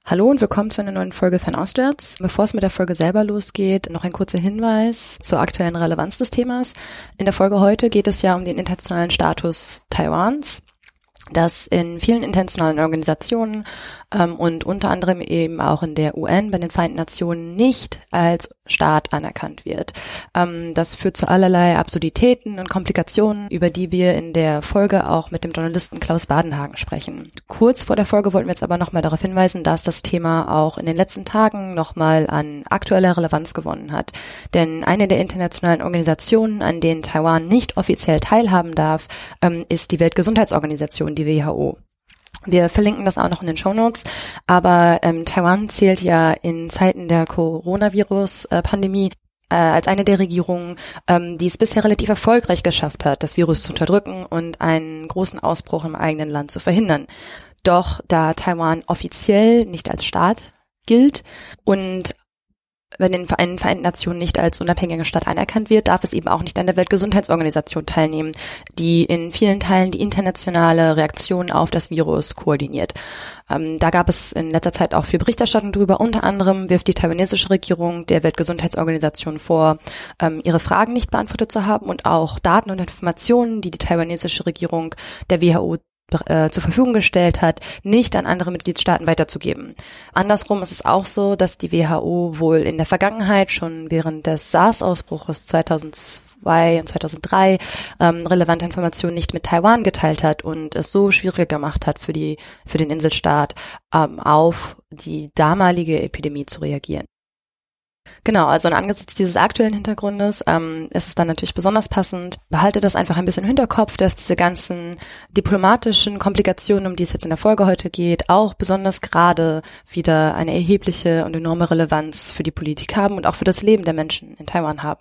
Hallo und willkommen zu einer neuen Folge Fernostwärts. Bevor es mit der Folge selber losgeht, noch ein kurzer Hinweis zur aktuellen Relevanz des Themas. In der Folge heute geht es ja um den internationalen Status Taiwans, das in vielen internationalen Organisationen und unter anderem eben auch in der UN bei den Vereinten Nationen nicht als Staat anerkannt wird. Das führt zu allerlei Absurditäten und Komplikationen, über die wir in der Folge auch mit dem Journalisten Klaus Badenhagen sprechen. Kurz vor der Folge wollten wir jetzt aber nochmal darauf hinweisen, dass das Thema auch in den letzten Tagen nochmal an aktueller Relevanz gewonnen hat. Denn eine der internationalen Organisationen, an denen Taiwan nicht offiziell teilhaben darf, ist die Weltgesundheitsorganisation, die WHO. Wir verlinken das auch noch in den Shownotes, aber Taiwan zählt ja in Zeiten der Coronavirus-Pandemie als eine der Regierungen, die es bisher relativ erfolgreich geschafft hat, das Virus zu unterdrücken und einen großen Ausbruch im eigenen Land zu verhindern. Doch da Taiwan offiziell nicht als Staat gilt und wenn in den Vereinten Nationen nicht als unabhängige Staat anerkannt wird, darf es eben auch nicht an der Weltgesundheitsorganisation teilnehmen, die in vielen Teilen die internationale Reaktion auf das Virus koordiniert. Da gab es in letzter Zeit auch viel Berichterstattung drüber. Unter anderem wirft die taiwanesische Regierung der Weltgesundheitsorganisation vor, ihre Fragen nicht beantwortet zu haben und auch Daten und Informationen, die die taiwanesische Regierung der WHO zur Verfügung gestellt hat, nicht an andere Mitgliedstaaten weiterzugeben. Andersrum ist es auch so, dass die WHO wohl in der Vergangenheit schon während des SARS-Ausbruches 2002 und 2003 relevante Informationen nicht mit Taiwan geteilt hat und es so schwieriger gemacht hat für den Inselstaat, auf die damalige Epidemie zu reagieren. Genau, also angesichts dieses aktuellen Hintergrundes ist es dann natürlich besonders passend. Behalte das einfach ein bisschen im Hinterkopf, dass diese ganzen diplomatischen Komplikationen, um die es jetzt in der Folge heute geht, auch besonders gerade wieder eine erhebliche und enorme Relevanz für die Politik haben und auch für das Leben der Menschen in Taiwan haben.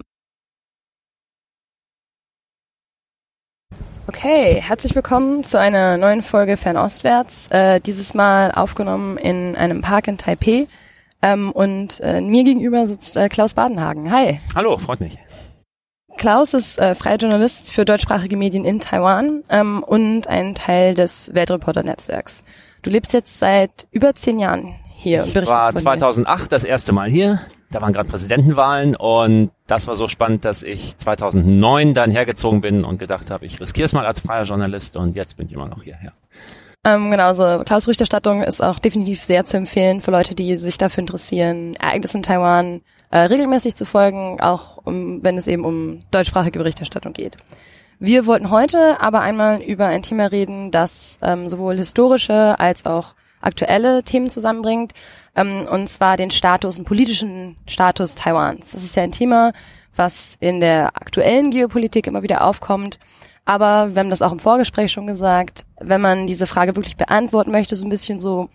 Okay, herzlich willkommen zu einer neuen Folge Fernostwärts, dieses Mal aufgenommen in einem Park in Taipei. Und mir gegenüber sitzt Klaus Badenhagen. Hi. Hallo, freut mich. Klaus ist freier Journalist für deutschsprachige Medien in Taiwan und ein Teil des Weltreporter-Netzwerks. Du lebst jetzt seit über 10 Jahren hier und berichtest von hier. Ich war 2008 das erste Mal hier. Da waren gerade Präsidentenwahlen und das war so spannend, dass ich 2009 dann hergezogen bin und gedacht habe, ich riskiere es mal als freier Journalist und jetzt bin ich immer noch hierher. Genau, also Klaus' Berichterstattung ist auch definitiv sehr zu empfehlen für Leute, die sich dafür interessieren, Ereignisse in Taiwan regelmäßig zu folgen, auch wenn es eben um deutschsprachige Berichterstattung geht. Wir wollten heute aber einmal über ein Thema reden, das sowohl historische als auch aktuelle Themen zusammenbringt, und zwar den politischen Status Taiwans. Das ist ja ein Thema, was in der aktuellen Geopolitik immer wieder aufkommt. Aber wir haben das auch im Vorgespräch schon gesagt, wenn man diese Frage wirklich beantworten möchte, so ein bisschen so,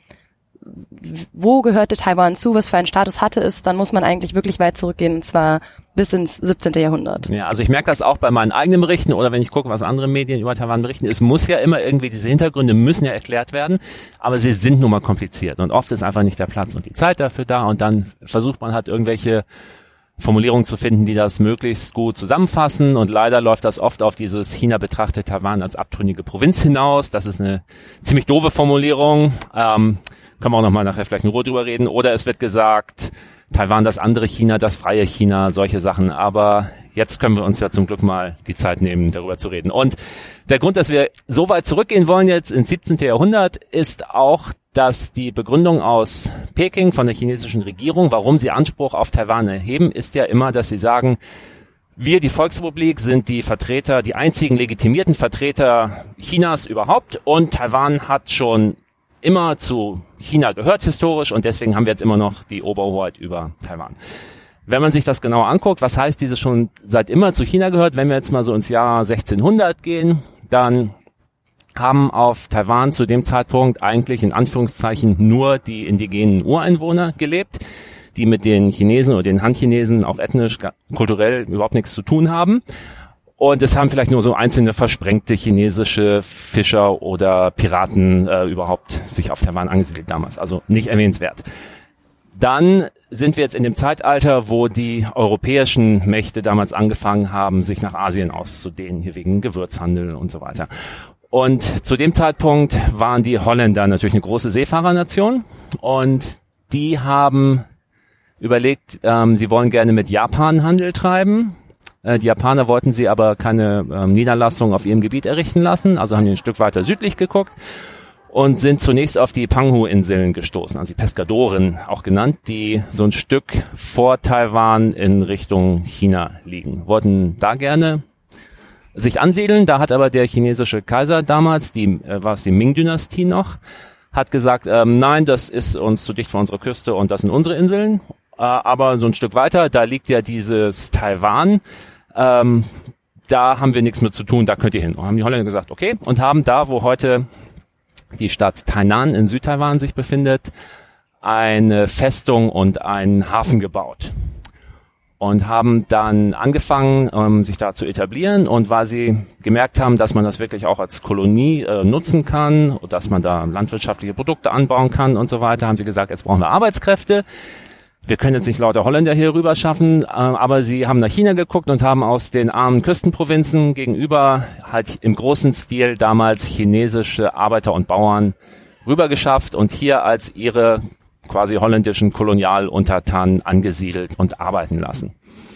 wo gehörte Taiwan zu, was für einen Status hatte es, dann muss man eigentlich wirklich weit zurückgehen, und zwar bis ins 17. Jahrhundert. Ja, also ich merke das auch bei meinen eigenen Berichten oder wenn ich gucke, was andere Medien über Taiwan berichten. Es muss ja immer irgendwie, diese Hintergründe müssen ja erklärt werden, aber sie sind nun mal kompliziert und oft ist einfach nicht der Platz und die Zeit dafür da und dann versucht man halt irgendwelche Formulierungen zu finden, die das möglichst gut zusammenfassen und leider läuft das oft auf dieses China betrachtet Taiwan als abtrünnige Provinz hinaus. Das ist eine ziemlich doofe Formulierung, können wir auch nochmal nachher vielleicht in Ruhe drüber reden. Oder es wird gesagt, Taiwan das andere China, das freie China, solche Sachen. Aber jetzt können wir uns ja zum Glück mal die Zeit nehmen, darüber zu reden. Und der Grund, dass wir so weit zurückgehen wollen jetzt ins 17. Jahrhundert, ist auch, dass die Begründung aus Peking von der chinesischen Regierung, warum sie Anspruch auf Taiwan erheben, ist ja immer, dass sie sagen, wir, die Volksrepublik, sind die Vertreter, die einzigen legitimierten Vertreter Chinas überhaupt und Taiwan hat schon immer zu China gehört historisch und deswegen haben wir jetzt immer noch die Oberhoheit über Taiwan. Wenn man sich das genauer anguckt, was heißt dieses schon seit immer zu China gehört, wenn wir jetzt mal so ins Jahr 1600 gehen, dann haben auf Taiwan zu dem Zeitpunkt eigentlich in Anführungszeichen nur die indigenen Ureinwohner gelebt, die mit den Chinesen oder den Han-Chinesen auch ethnisch, kulturell überhaupt nichts zu tun haben. Und es haben vielleicht nur so einzelne versprengte chinesische Fischer oder Piraten überhaupt sich auf Taiwan angesiedelt damals. Also nicht erwähnenswert. Dann sind wir jetzt in dem Zeitalter, wo die europäischen Mächte damals angefangen haben, sich nach Asien auszudehnen, hier wegen Gewürzhandel und so weiter. Und zu dem Zeitpunkt waren die Holländer natürlich eine große Seefahrernation und die haben überlegt, sie wollen gerne mit Japan Handel treiben. Die Japaner wollten sie aber keine Niederlassung auf ihrem Gebiet errichten lassen, also haben die ein Stück weiter südlich geguckt und sind zunächst auf die Panghu-Inseln gestoßen, also die Pescadoren auch genannt, die so ein Stück vor Taiwan in Richtung China liegen. Wollten da gerne sich ansiedeln, da hat aber der chinesische Kaiser damals, war es die Ming-Dynastie noch, hat gesagt, nein, das ist uns zu dicht vor unserer Küste und das sind unsere Inseln. Aber so ein Stück weiter, da liegt ja dieses Taiwan, da haben wir nichts mit zu tun, da könnt ihr hin. Und haben die Holländer gesagt, okay, und haben da, wo heute die Stadt Tainan in Südtaiwan sich befindet, eine Festung und einen Hafen gebaut. Und haben dann angefangen, sich da zu etablieren. Und weil sie gemerkt haben, dass man das wirklich auch als Kolonie nutzen kann, dass man da landwirtschaftliche Produkte anbauen kann und so weiter, haben sie gesagt, jetzt brauchen wir Arbeitskräfte. Wir können jetzt nicht lauter Holländer hier rüber schaffen, aber sie haben nach China geguckt und haben aus den armen Küstenprovinzen gegenüber halt im großen Stil damals chinesische Arbeiter und Bauern rüber geschafft und hier als ihre quasi holländischen Kolonialuntertanen angesiedelt und arbeiten lassen.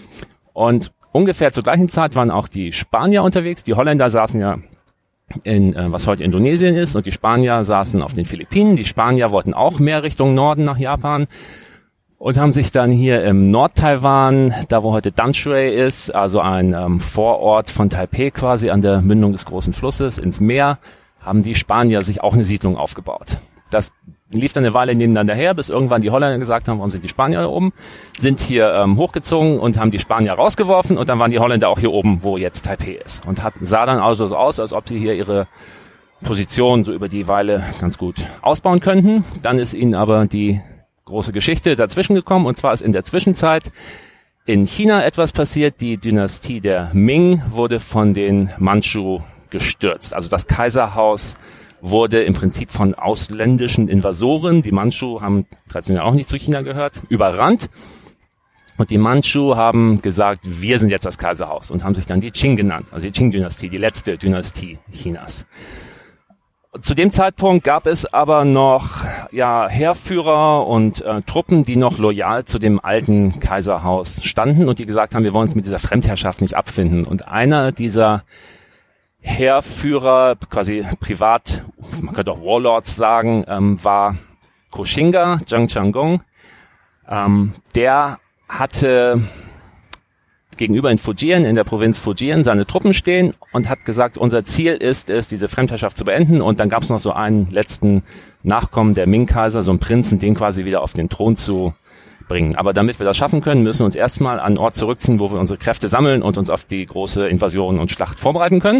Und ungefähr zur gleichen Zeit waren auch die Spanier unterwegs. Die Holländer saßen ja in was heute Indonesien ist und die Spanier saßen auf den Philippinen. Die Spanier wollten auch mehr Richtung Norden nach Japan. Und haben sich dann hier im Nord-Taiwan, da wo heute Danshui ist, also ein Vorort von Taipei quasi an der Mündung des großen Flusses ins Meer, haben die Spanier sich auch eine Siedlung aufgebaut. Das lief dann eine Weile nebeneinander her, bis irgendwann die Holländer gesagt haben, warum sind die Spanier hier oben, sind hier hochgezogen und haben die Spanier rausgeworfen und dann waren die Holländer auch hier oben, wo jetzt Taipei ist. Und sah dann also so aus, als ob sie hier ihre Position so über die Weile ganz gut ausbauen könnten. Dann ist ihnen aber die große Geschichte dazwischen gekommen, und zwar ist in der Zwischenzeit in China etwas passiert. Die Dynastie der Ming wurde von den Mandschu gestürzt. Also das Kaiserhaus wurde im Prinzip von ausländischen Invasoren, die Mandschu haben traditionell auch nicht zu China gehört, überrannt. Und die Mandschu haben gesagt, wir sind jetzt das Kaiserhaus und haben sich dann die Qing genannt, also die Qing-Dynastie, die letzte Dynastie Chinas. Zu dem Zeitpunkt gab es aber noch Heerführer und Truppen, die noch loyal zu dem alten Kaiserhaus standen und die gesagt haben, wir wollen uns mit dieser Fremdherrschaft nicht abfinden. Und einer dieser Heerführer, quasi privat, man könnte auch Warlords sagen, war Koxinga, Zhang Qianggong. Der hatte gegenüber in Fujian, in der Provinz Fujian, seine Truppen stehen und hat gesagt, unser Ziel ist es, diese Fremdherrschaft zu beenden. Und dann gab es noch so einen letzten Nachkommen der Ming-Kaiser, so einen Prinzen, den quasi wieder auf den Thron zu bringen. Aber damit wir das schaffen können, müssen wir uns erstmal an einen Ort zurückziehen, wo wir unsere Kräfte sammeln und uns auf die große Invasion und Schlacht vorbereiten können.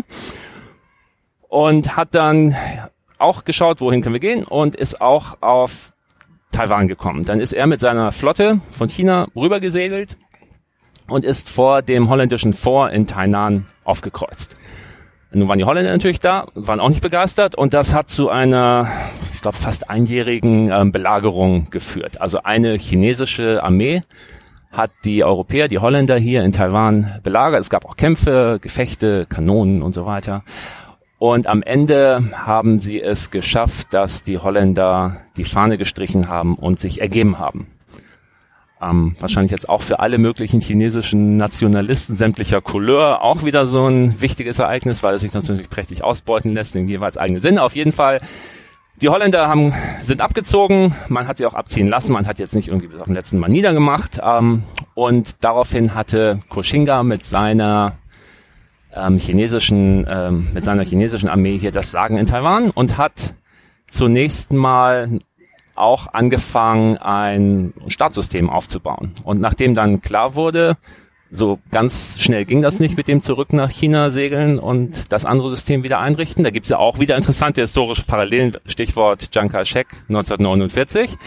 Und hat dann auch geschaut, wohin können wir gehen, und ist auch auf Taiwan gekommen. Dann ist er mit seiner Flotte von China rübergesegelt und ist vor dem holländischen Fort in Tainan aufgekreuzt. Nun waren die Holländer natürlich da, waren auch nicht begeistert, und das hat zu einer, ich glaube, fast einjährigen Belagerung geführt. Also eine chinesische Armee hat die Europäer, die Holländer hier in Taiwan belagert. Es gab auch Kämpfe, Gefechte, Kanonen und so weiter. Und am Ende haben sie es geschafft, dass die Holländer die Fahne gestrichen haben und sich ergeben haben. Wahrscheinlich jetzt auch für alle möglichen chinesischen Nationalisten sämtlicher Couleur auch wieder so ein wichtiges Ereignis, weil es sich natürlich prächtig ausbeuten lässt in jeweils eigene Sinne. Auf jeden Fall, die Holländer sind abgezogen, man hat sie auch abziehen lassen, man hat jetzt nicht irgendwie bis auf den letzten Mal niedergemacht, und daraufhin hatte Koxinga mit seiner chinesischen Armee hier das Sagen in Taiwan und hat zunächst mal auch angefangen, ein Staatssystem aufzubauen. Und nachdem dann klar wurde, so ganz schnell ging das nicht mit dem zurück nach China segeln und das andere System wieder einrichten. Da gibt's ja auch wieder interessante historische Parallelen, Stichwort Chiang Kai-shek 1949,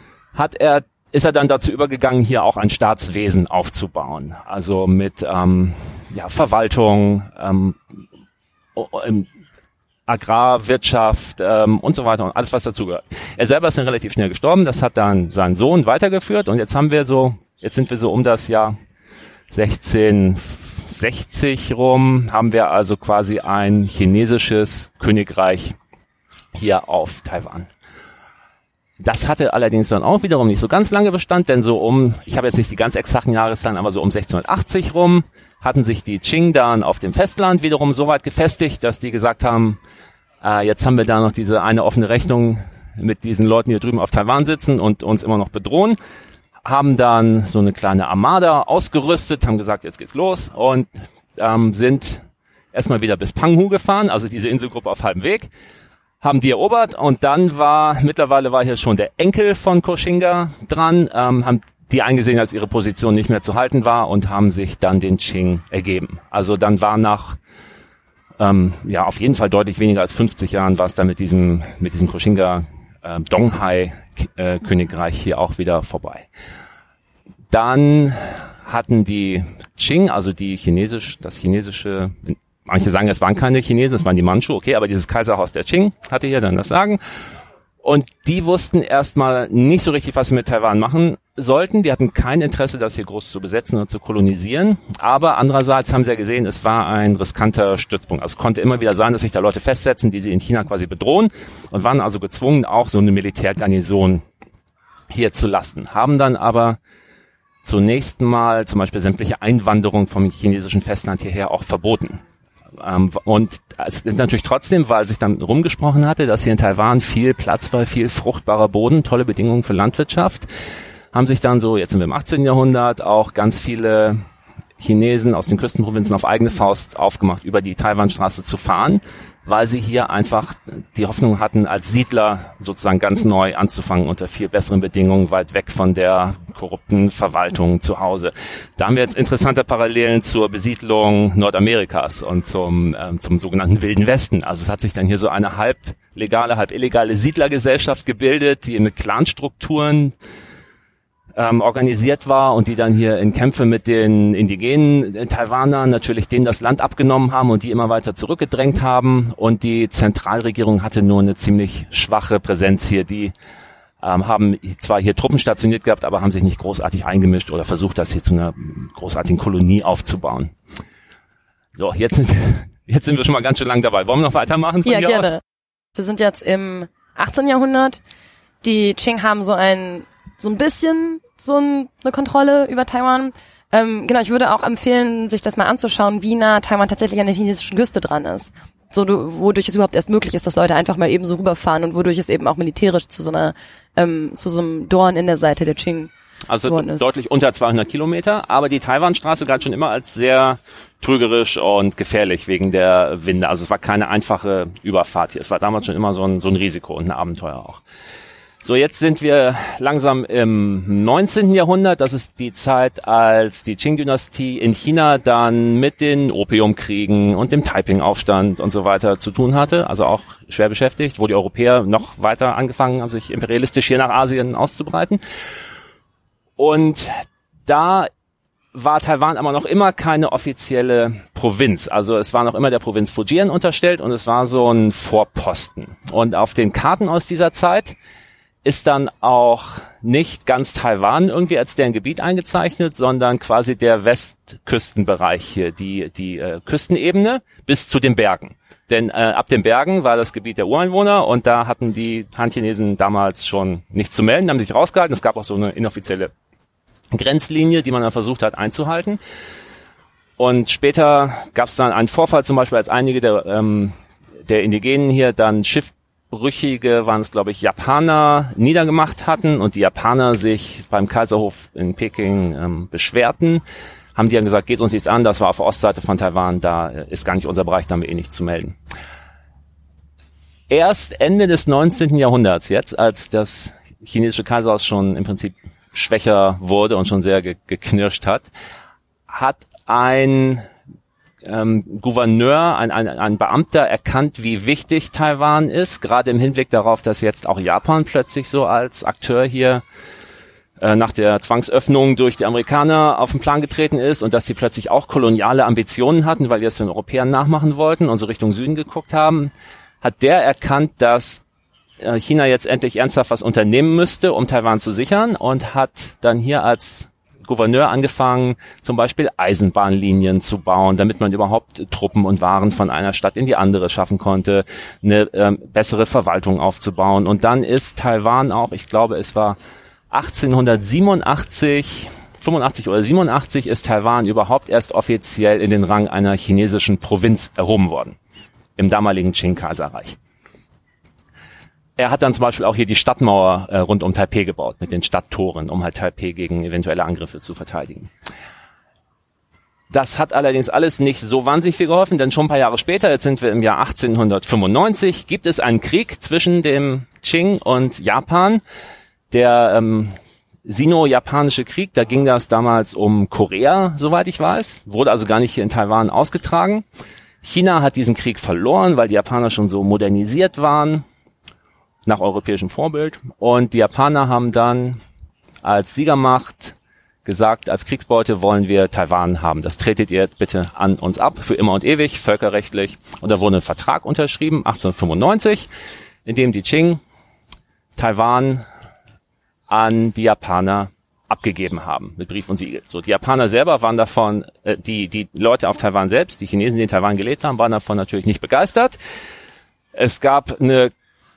ist er dann dazu übergegangen, hier auch ein Staatswesen aufzubauen. Also mit Verwaltung, Agrarwirtschaft und so weiter und alles, was dazugehört. Er selber ist dann relativ schnell gestorben, das hat dann sein Sohn weitergeführt, und jetzt sind wir so um das Jahr 1660 rum, haben wir also quasi ein chinesisches Königreich hier auf Taiwan. Das hatte allerdings dann auch wiederum nicht so ganz lange Bestand, denn ich habe jetzt nicht die ganz exakten Jahreszahlen, aber so um 1680 rum hatten sich die Qing dann auf dem Festland wiederum so weit gefestigt, dass die gesagt haben, jetzt haben wir da noch diese eine offene Rechnung mit diesen Leuten, die hier drüben auf Taiwan sitzen und uns immer noch bedrohen, haben dann so eine kleine Armada ausgerüstet, haben gesagt, jetzt geht's los und sind erstmal wieder bis Penghu gefahren, also diese Inselgruppe auf halbem Weg, haben die erobert und dann mittlerweile war hier schon der Enkel von Koxinga dran, haben die eingesehen, dass ihre Position nicht mehr zu halten war und haben sich dann den Qing ergeben. Also dann war nach auf jeden Fall deutlich weniger als 50 Jahren war es dann mit diesem Koxinga Donghai Königreich hier auch wieder vorbei. Dann hatten die Qing, also das chinesische, manche sagen, es waren keine Chinesen, es waren die Manchu, okay, aber dieses Kaiserhaus der Qing hatte hier dann das Sagen. Und die wussten erstmal nicht so richtig, was sie mit Taiwan machen sollten. Die hatten kein Interesse, das hier groß zu besetzen und zu kolonisieren. Aber andererseits haben sie ja gesehen, es war ein riskanter Stützpunkt. Also es konnte immer wieder sein, dass sich da Leute festsetzen, die sie in China quasi bedrohen und waren also gezwungen, auch so eine Militärgarnison hier zu lassen. Haben dann aber zunächst mal zum Beispiel sämtliche Einwanderung vom chinesischen Festland hierher auch verboten. Und es ist natürlich trotzdem, weil sich dann rumgesprochen hatte, dass hier in Taiwan viel Platz war, viel fruchtbarer Boden, tolle Bedingungen für Landwirtschaft, haben sich dann so, jetzt sind wir im 18. Jahrhundert, auch ganz viele Chinesen aus den Küstenprovinzen auf eigene Faust aufgemacht, über die Taiwanstraße zu fahren, weil sie hier einfach die Hoffnung hatten, als Siedler sozusagen ganz neu anzufangen unter viel besseren Bedingungen, weit weg von der korrupten Verwaltung zu Hause. Da haben wir jetzt interessante Parallelen zur Besiedlung Nordamerikas und zum sogenannten Wilden Westen. Also es hat sich dann hier so eine halb legale, halb illegale Siedlergesellschaft gebildet, die mit Clanstrukturen organisiert war und die dann hier in Kämpfe mit den indigenen Taiwanern natürlich denen das Land abgenommen haben und die immer weiter zurückgedrängt haben. Und die Zentralregierung hatte nur eine ziemlich schwache Präsenz hier. Die haben zwar hier Truppen stationiert gehabt, aber haben sich nicht großartig eingemischt oder versucht, das hier zu einer großartigen Kolonie aufzubauen. So, jetzt sind wir schon mal ganz schön lang dabei. Wollen wir noch weitermachen? Ja, gerne. Wir sind jetzt im 18. Jahrhundert. Die Qing haben so ein bisschen eine Kontrolle über Taiwan. Genau, ich würde auch empfehlen, sich das mal anzuschauen, wie nah Taiwan tatsächlich an der chinesischen Küste dran ist. Wodurch es überhaupt erst möglich ist, dass Leute einfach mal eben so rüberfahren und wodurch es eben auch militärisch zu so einem Dorn in der Seite der Qing geworden ist. Deutlich unter 200 Kilometer, aber die Taiwanstraße galt schon immer als sehr trügerisch und gefährlich wegen der Winde. Also es war keine einfache Überfahrt hier. Es war damals schon immer so ein Risiko und ein Abenteuer auch. So, jetzt sind wir langsam im 19. Jahrhundert. Das ist die Zeit, als die Qing-Dynastie in China dann mit den Opiumkriegen und dem Taiping-Aufstand und so weiter zu tun hatte. Also auch schwer beschäftigt, wo die Europäer noch weiter angefangen haben, sich imperialistisch hier nach Asien auszubreiten. Und da war Taiwan aber noch immer keine offizielle Provinz. Also es war noch immer der Provinz Fujian unterstellt und es war so ein Vorposten. Und auf den Karten aus dieser Zeit ist dann auch nicht ganz Taiwan irgendwie als deren Gebiet eingezeichnet, sondern quasi der Westküstenbereich hier, die Küstenebene bis zu den Bergen. Denn ab den Bergen war das Gebiet der Ureinwohner und da hatten die Han-Chinesen damals schon nichts zu melden, haben sich rausgehalten. Es gab auch so eine inoffizielle Grenzlinie, die man dann versucht hat einzuhalten. Und später gab es dann einen Vorfall, zum Beispiel als einige der Indigenen hier dann Schiffbrüchige, waren es glaube ich Japaner, niedergemacht hatten und die Japaner sich beim Kaiserhof in Peking beschwerten, haben die dann gesagt, geht uns nichts an, das war auf der Ostseite von Taiwan, da ist gar nicht unser Bereich, da haben wir eh nichts zu melden. Erst Ende des 19. Jahrhunderts jetzt, als das chinesische Kaiserhaus schon im Prinzip schwächer wurde und schon sehr geknirscht hat ein Gouverneur, ein Beamter erkannt, wie wichtig Taiwan ist, gerade im Hinblick darauf, dass jetzt auch Japan plötzlich so als Akteur hier nach der Zwangsöffnung durch die Amerikaner auf den Plan getreten ist und dass die plötzlich auch koloniale Ambitionen hatten, weil die es den Europäern nachmachen wollten und so Richtung Süden geguckt haben, hat der erkannt, dass China jetzt endlich ernsthaft was unternehmen müsste, um Taiwan zu sichern und hat dann hier als Gouverneur angefangen, zum Beispiel Eisenbahnlinien zu bauen, damit man überhaupt Truppen und Waren von einer Stadt in die andere schaffen konnte, eine bessere Verwaltung aufzubauen. Und dann ist Taiwan auch, ich glaube, es war 85 oder 87 ist Taiwan überhaupt erst offiziell in den Rang einer chinesischen Provinz erhoben worden, im damaligen Qing-Kaiserreich. Er hat dann zum Beispiel auch hier die Stadtmauer rund um Taipeh gebaut, mit den Stadttoren, um halt Taipeh gegen eventuelle Angriffe zu verteidigen. Das hat allerdings alles nicht so wahnsinnig viel geholfen, denn schon ein paar Jahre später, jetzt sind wir im Jahr 1895, gibt es einen Krieg zwischen dem Qing und Japan, der Sino-Japanische Krieg. Da ging das damals um Korea, soweit ich weiß, wurde also gar nicht hier in Taiwan ausgetragen. China hat diesen Krieg verloren, weil die Japaner schon so modernisiert waren, nach europäischem Vorbild. Und die Japaner haben dann als Siegermacht gesagt, als Kriegsbeute wollen wir Taiwan haben. Das tretet ihr bitte an uns ab, für immer und ewig, völkerrechtlich. Und da wurde ein Vertrag unterschrieben, 1895, in dem die Qing Taiwan an die Japaner abgegeben haben, mit Brief und Siegel. So, die Japaner selber waren davon, die Leute auf Taiwan selbst, die Chinesen, die in Taiwan gelebt haben, waren davon natürlich nicht begeistert. Es gab eine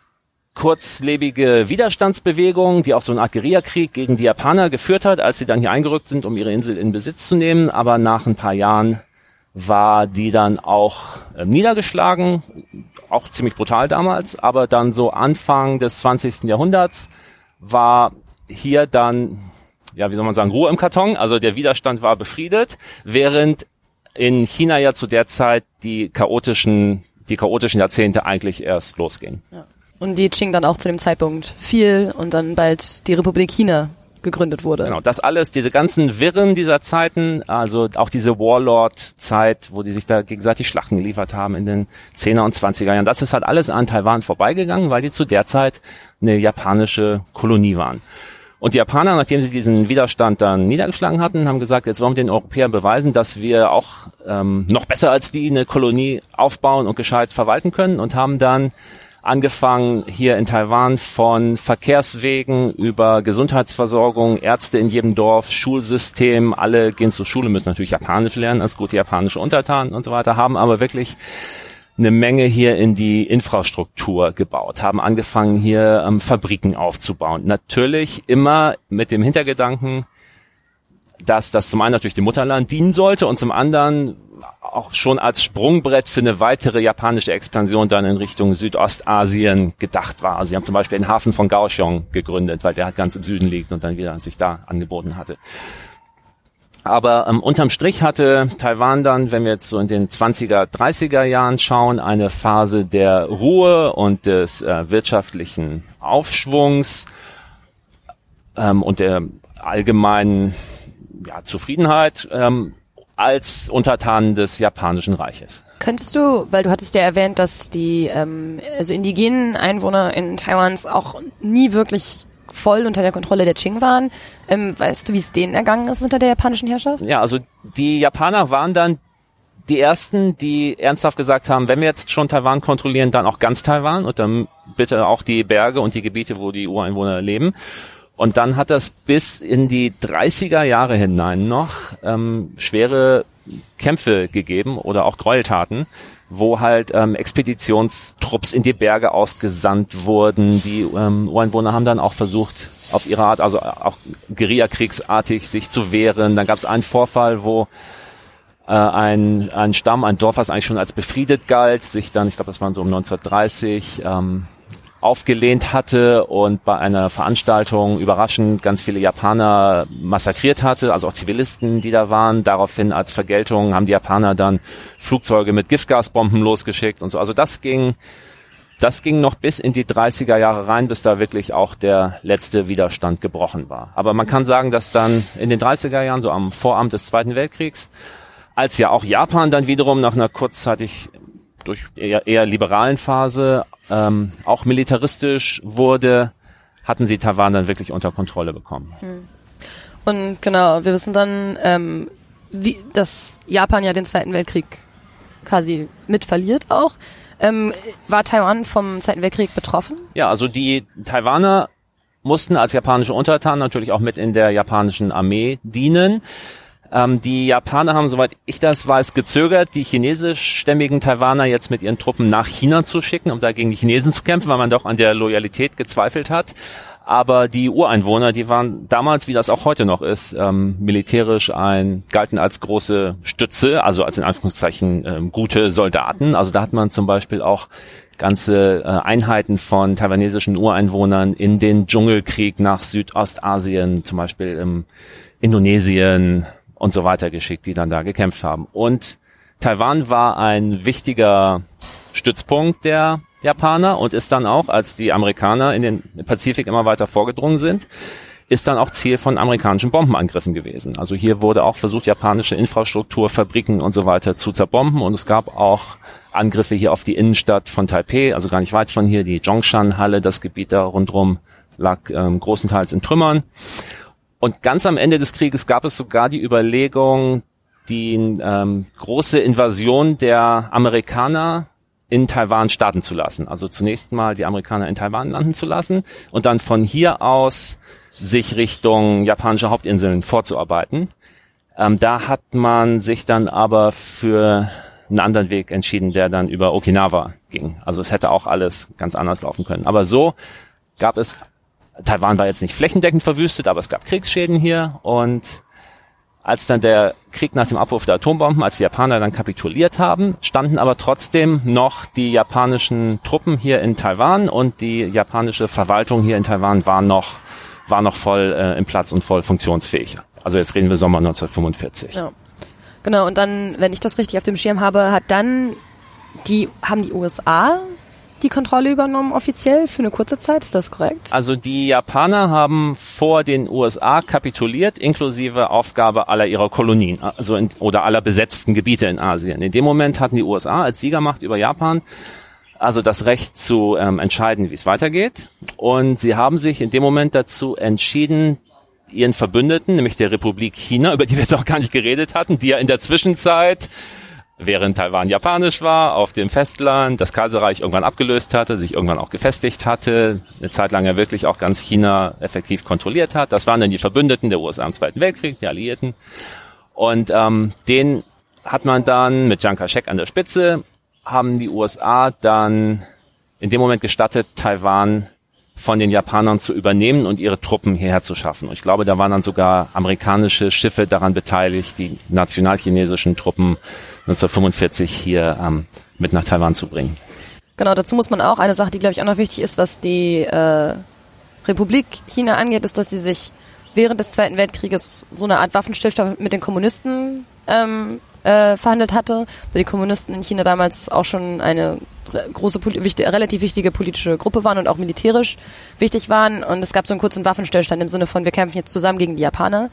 kurzlebige Widerstandsbewegung, die auch so eine Art Guerillakrieg gegen die Japaner geführt hat, als sie dann hier eingerückt sind, um ihre Insel in Besitz zu nehmen. Aber nach ein paar Jahren war die dann auch niedergeschlagen, auch ziemlich brutal damals. Aber dann so Anfang des 20. Jahrhunderts war hier dann, ja, wie soll man sagen, Ruhe im Karton. Also der Widerstand war befriedet, während in China ja zu der Zeit die chaotischen Jahrzehnte eigentlich erst losgingen. Ja. Und die Qing dann auch zu dem Zeitpunkt fiel und dann bald die Republik China gegründet wurde. Genau, das alles, diese ganzen Wirren dieser Zeiten, also auch diese Warlord-Zeit, wo die sich da gegenseitig Schlachten geliefert haben in den 10er und 20er Jahren, das ist halt alles an Taiwan vorbeigegangen, weil die zu der Zeit eine japanische Kolonie waren. Und die Japaner, nachdem sie diesen Widerstand dann niedergeschlagen hatten, haben gesagt, jetzt wollen wir den Europäern beweisen, dass wir auch noch besser als die eine Kolonie aufbauen und gescheit verwalten können, und haben dann angefangen hier in Taiwan von Verkehrswegen über Gesundheitsversorgung, Ärzte in jedem Dorf, Schulsystem, alle gehen zur Schule, müssen natürlich Japanisch lernen als gute japanische Untertanen und so weiter, haben aber wirklich eine Menge hier in die Infrastruktur gebaut, haben angefangen hier Fabriken aufzubauen. Natürlich immer mit dem Hintergedanken, dass das zum einen natürlich dem Mutterland dienen sollte und zum anderen auch schon als Sprungbrett für eine weitere japanische Expansion dann in Richtung Südostasien gedacht war. Also sie haben zum Beispiel den Hafen von Kaohsiung gegründet, weil der halt ganz im Süden liegt und dann wieder sich da angeboten hatte. Aber unterm Strich hatte Taiwan dann, wenn wir jetzt so in den 20er, 30er Jahren schauen, eine Phase der Ruhe und des wirtschaftlichen Aufschwungs und der allgemeinen Zufriedenheit als Untertanen des Japanischen Reiches. Könntest du, weil du hattest ja erwähnt, dass die also indigenen Einwohner in Taiwans auch nie wirklich voll unter der Kontrolle der Qing waren. Weißt du, wie es denen ergangen ist unter der japanischen Herrschaft? Ja, also die Japaner waren dann die ersten, die ernsthaft gesagt haben, wenn wir jetzt schon Taiwan kontrollieren, dann auch ganz Taiwan und dann bitte auch die Berge und die Gebiete, wo die Ureinwohner leben. Und dann hat das bis in die 30er Jahre hinein noch schwere Kämpfe gegeben oder auch Gräueltaten, wo halt Expeditionstrupps in die Berge ausgesandt wurden. Die Ureinwohner haben dann auch versucht, auf ihre Art, also auch Guerillakriegsartig sich zu wehren. Dann gab es einen Vorfall, wo ein Stamm, ein Dorf, was eigentlich schon als befriedet galt, sich dann, ich glaube, das waren so um 1930, aufgelehnt hatte und bei einer Veranstaltung überraschend ganz viele Japaner massakriert hatte, also auch Zivilisten, die da waren. Daraufhin als Vergeltung haben die Japaner dann Flugzeuge mit Giftgasbomben losgeschickt und so. Also das ging noch bis in die 30er Jahre rein, bis da wirklich auch der letzte Widerstand gebrochen war. Aber man kann sagen, dass dann in den 30er Jahren, so am Vorabend des Zweiten Weltkriegs, als ja auch Japan dann wiederum nach einer kurzzeitig durch eher liberalen Phase auch militaristisch wurde, hatten sie Taiwan dann wirklich unter Kontrolle bekommen. Und genau, wir wissen dann, dass Japan ja den Zweiten Weltkrieg quasi mit verliert auch. War Taiwan vom Zweiten Weltkrieg betroffen? Ja, also die Taiwaner mussten als japanische Untertanen natürlich auch mit in der japanischen Armee dienen. Die Japaner haben, soweit ich das weiß, gezögert, die chinesischstämmigen Taiwaner jetzt mit ihren Truppen nach China zu schicken, um da gegen die Chinesen zu kämpfen, weil man doch an der Loyalität gezweifelt hat. Aber die Ureinwohner, die waren damals, wie das auch heute noch ist, militärisch galten als große Stütze, also als in Anführungszeichen gute Soldaten. Also da hat man zum Beispiel auch ganze Einheiten von taiwanesischen Ureinwohnern in den Dschungelkrieg nach Südostasien, zum Beispiel im Indonesien und so weiter geschickt, die dann da gekämpft haben. Und Taiwan war ein wichtiger Stützpunkt der Japaner und ist dann auch, als die Amerikaner in den Pazifik immer weiter vorgedrungen sind, ist dann auch Ziel von amerikanischen Bombenangriffen gewesen. Also hier wurde auch versucht, japanische Infrastruktur, Fabriken und so weiter zu zerbomben, und es gab auch Angriffe hier auf die Innenstadt von Taipei, also gar nicht weit von hier, die Zhongshan-Halle, das Gebiet da rundherum lag großenteils in Trümmern. Und ganz am Ende des Krieges gab es sogar die Überlegung, die große Invasion der Amerikaner in Taiwan starten zu lassen. Also zunächst mal die Amerikaner in Taiwan landen zu lassen und dann von hier aus sich Richtung japanische Hauptinseln vorzuarbeiten. Da hat man sich dann aber für einen anderen Weg entschieden, der dann über Okinawa ging. Also es hätte auch alles ganz anders laufen können. Aber so gab es, Taiwan war jetzt nicht flächendeckend verwüstet, aber es gab Kriegsschäden hier, und als dann der Krieg nach dem Abwurf der Atombomben, als die Japaner dann kapituliert haben, standen aber trotzdem noch die japanischen Truppen hier in Taiwan, und die japanische Verwaltung hier in Taiwan war noch voll im Platz und voll funktionsfähig. Also jetzt reden wir Sommer 1945. Ja. Genau, und dann, wenn ich das richtig auf dem Schirm habe, haben die USA die Kontrolle übernommen offiziell für eine kurze Zeit, ist das korrekt? Also die Japaner haben vor den USA kapituliert, inklusive Aufgabe aller ihrer Kolonien, also oder aller besetzten Gebiete in Asien. In dem Moment hatten die USA als Siegermacht über Japan also das Recht zu entscheiden, wie es weitergeht. Und sie haben sich in dem Moment dazu entschieden, ihren Verbündeten, nämlich der Republik China, über die wir jetzt auch gar nicht geredet hatten, die ja in der Zwischenzeit, während Taiwan japanisch war, auf dem Festland, das Kaiserreich irgendwann abgelöst hatte, sich irgendwann auch gefestigt hatte, eine Zeit lang ja wirklich auch ganz China effektiv kontrolliert hat. Das waren dann die Verbündeten der USA im Zweiten Weltkrieg, die Alliierten. Und den hat man dann mit Chiang Kai-shek an der Spitze, haben die USA dann in dem Moment gestattet, Taiwan von den Japanern zu übernehmen und ihre Truppen hierher zu schaffen. Und ich glaube, da waren dann sogar amerikanische Schiffe daran beteiligt, die nationalchinesischen Truppen 1945 hier mit nach Taiwan zu bringen. Genau, dazu muss man auch, eine Sache, die glaube ich auch noch wichtig ist, was die Republik China angeht, ist, dass sie sich während des Zweiten Weltkrieges so eine Art Waffenstillstand mit den Kommunisten verhandelt hatte. Also die Kommunisten in China damals auch schon eine große, relativ wichtige politische Gruppe waren und auch militärisch wichtig waren. Und es gab so einen kurzen Waffenstillstand im Sinne von, wir kämpfen jetzt zusammen gegen die Japaner.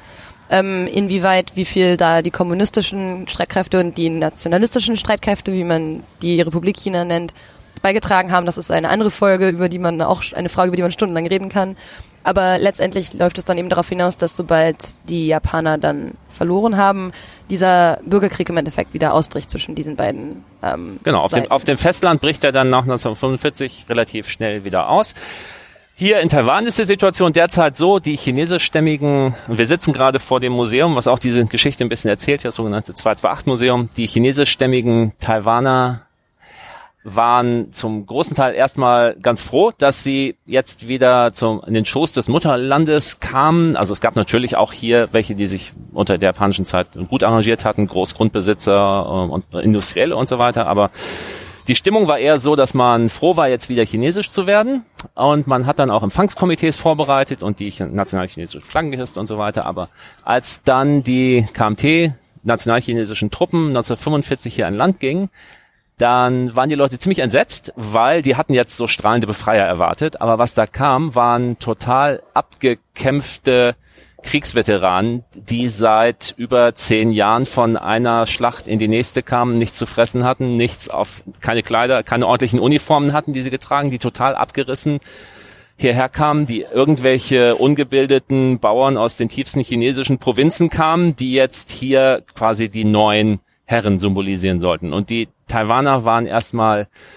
Inwieweit, wie viel da die kommunistischen Streitkräfte und die nationalistischen Streitkräfte, wie man die Republik China nennt, beigetragen haben, das ist eine andere Folge, über die man stundenlang reden kann. Aber letztendlich läuft es dann eben darauf hinaus, dass sobald die Japaner dann verloren haben, dieser Bürgerkrieg im Endeffekt wieder ausbricht zwischen diesen beiden Genau, auf dem Festland bricht er dann nach 1945 relativ schnell wieder aus. Hier in Taiwan ist die Situation derzeit so, die chinesischstämmigen, wir sitzen gerade vor dem Museum, was auch diese Geschichte ein bisschen erzählt, das sogenannte 228-Museum, die chinesischstämmigen Taiwaner waren zum großen Teil erstmal ganz froh, dass sie jetzt wieder in den Schoß des Mutterlandes kamen. Also es gab natürlich auch hier welche, die sich unter der japanischen Zeit gut arrangiert hatten, Großgrundbesitzer und Industrielle und so weiter. Aber die Stimmung war eher so, dass man froh war, jetzt wieder chinesisch zu werden. Und man hat dann auch Empfangskomitees vorbereitet und die nationalchinesischen Flaggen gehisst und so weiter. Aber als dann die KMT, nationalchinesischen Truppen, 1945 hier an Land gingen, dann waren die Leute ziemlich entsetzt, weil die hatten jetzt so strahlende Befreier erwartet. Aber was da kam, waren total abgekämpfte Kriegsveteranen, die seit über 10 Jahren von einer Schlacht in die nächste kamen, nichts zu fressen hatten, keine Kleider, keine ordentlichen Uniformen hatten, die sie getragen, die total abgerissen hierher kamen, die irgendwelche ungebildeten Bauern aus den tiefsten chinesischen Provinzen kamen, die jetzt hier quasi die neuen Herren symbolisieren sollten. Und die Taiwaner waren erstmal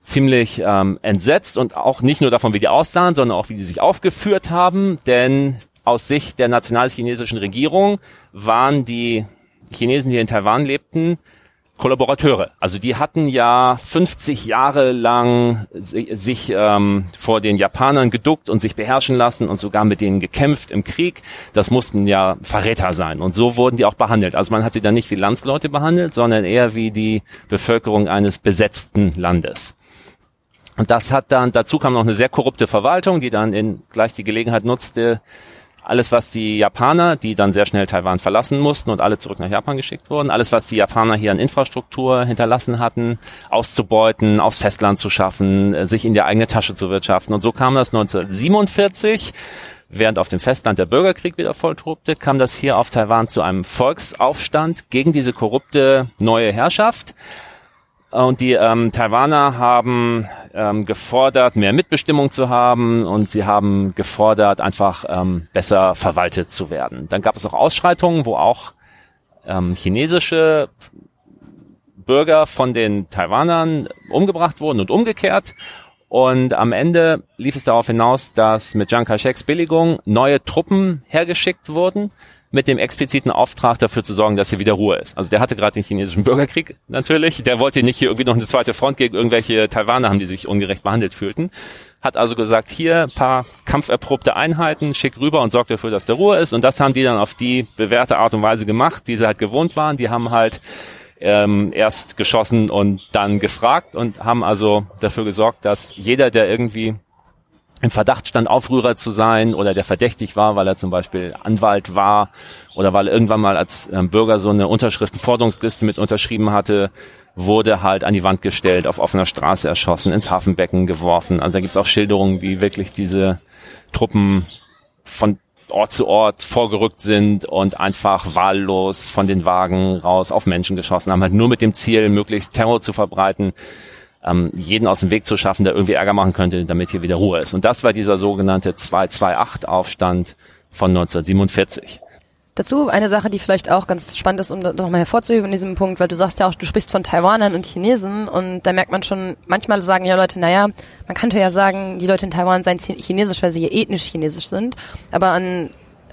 ziemlich entsetzt und auch nicht nur davon, wie die aussahen, sondern auch, wie die sich aufgeführt haben, denn aus Sicht der national-chinesischen Regierung waren die Chinesen, die in Taiwan lebten, Kollaborateure. Also die hatten ja 50 Jahre lang sich vor den Japanern geduckt und sich beherrschen lassen und sogar mit denen gekämpft im Krieg. Das mussten ja Verräter sein. Und so wurden die auch behandelt. Also man hat sie dann nicht wie Landsleute behandelt, sondern eher wie die Bevölkerung eines besetzten Landes. Und dazu kam noch eine sehr korrupte Verwaltung, die dann gleich die Gelegenheit nutzte, alles, was die Japaner, die dann sehr schnell Taiwan verlassen mussten und alle zurück nach Japan geschickt wurden, alles, was die Japaner hier an Infrastruktur hinterlassen hatten, auszubeuten, aufs Festland zu schaffen, sich in die eigene Tasche zu wirtschaften. Und so kam das 1947, während auf dem Festland der Bürgerkrieg wieder voll tobte, kam das hier auf Taiwan zu einem Volksaufstand gegen diese korrupte neue Herrschaft. Und die Taiwaner haben gefordert, mehr Mitbestimmung zu haben und sie haben gefordert, einfach besser verwaltet zu werden. Dann gab es auch Ausschreitungen, wo auch chinesische Bürger von den Taiwanern umgebracht wurden und umgekehrt. Und am Ende lief es darauf hinaus, dass mit Chiang Kai-sheks Billigung neue Truppen hergeschickt wurden, mit dem expliziten Auftrag dafür zu sorgen, dass hier wieder Ruhe ist. Also der hatte gerade den chinesischen Bürgerkrieg natürlich. Der wollte nicht hier irgendwie noch eine zweite Front gegen irgendwelche Taiwaner haben, die sich ungerecht behandelt fühlten. Hat also gesagt, hier ein paar kampferprobte Einheiten, schick rüber und sorgt dafür, dass da Ruhe ist. Und das haben die dann auf die bewährte Art und Weise gemacht, die sie halt gewohnt waren. Die haben halt erst geschossen und dann gefragt und haben also dafür gesorgt, dass jeder, der irgendwie im Verdacht stand, Aufrührer zu sein oder der verdächtig war, weil er zum Beispiel Anwalt war oder weil er irgendwann mal als Bürger so eine Unterschriftenforderungsliste mit unterschrieben hatte, wurde halt an die Wand gestellt, auf offener Straße erschossen, ins Hafenbecken geworfen. Also da gibt's auch Schilderungen, wie wirklich diese Truppen von Ort zu Ort vorgerückt sind und einfach wahllos von den Wagen raus auf Menschen geschossen haben, halt nur mit dem Ziel, möglichst Terror zu verbreiten, jeden aus dem Weg zu schaffen, der irgendwie Ärger machen könnte, damit hier wieder Ruhe ist. Und das war dieser sogenannte 228-Aufstand von 1947. Dazu eine Sache, die vielleicht auch ganz spannend ist, um das nochmal hervorzuheben in diesem Punkt, weil du sagst ja auch, du sprichst von Taiwanern und Chinesen und da merkt man schon, manchmal sagen ja Leute, naja, man könnte ja sagen, die Leute in Taiwan seien chinesisch, weil sie hier ethnisch chinesisch sind, aber an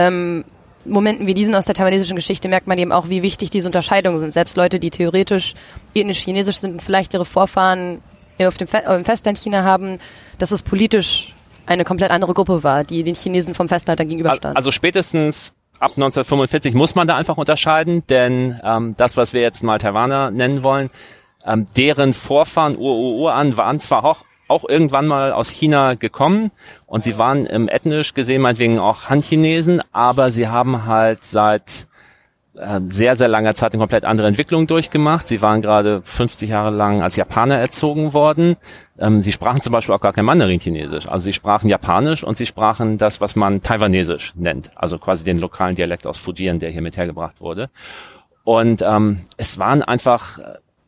Momenten wie diesen aus der taiwanesischen Geschichte merkt man eben auch, wie wichtig diese Unterscheidungen sind. Selbst Leute, die theoretisch ethnisch chinesisch sind und vielleicht ihre Vorfahren im Festland China haben, dass es politisch eine komplett andere Gruppe war, die den Chinesen vom Festland dann gegenüberstand. Also spätestens ab 1945 muss man da einfach unterscheiden, denn das, was wir jetzt mal Taiwaner nennen wollen, deren Vorfahren Urahn waren zwar auch irgendwann mal aus China gekommen und sie waren ethnisch gesehen meinetwegen auch Han-Chinesen, aber sie haben halt seit sehr, sehr langer Zeit eine komplett andere Entwicklung durchgemacht. Sie waren gerade 50 Jahre lang als Japaner erzogen worden. Sie sprachen zum Beispiel auch gar kein Mandarin-Chinesisch. Also sie sprachen Japanisch und sie sprachen das, was man Taiwanesisch nennt. Also quasi den lokalen Dialekt aus Fujian, der hier mit hergebracht wurde. Und es waren einfach,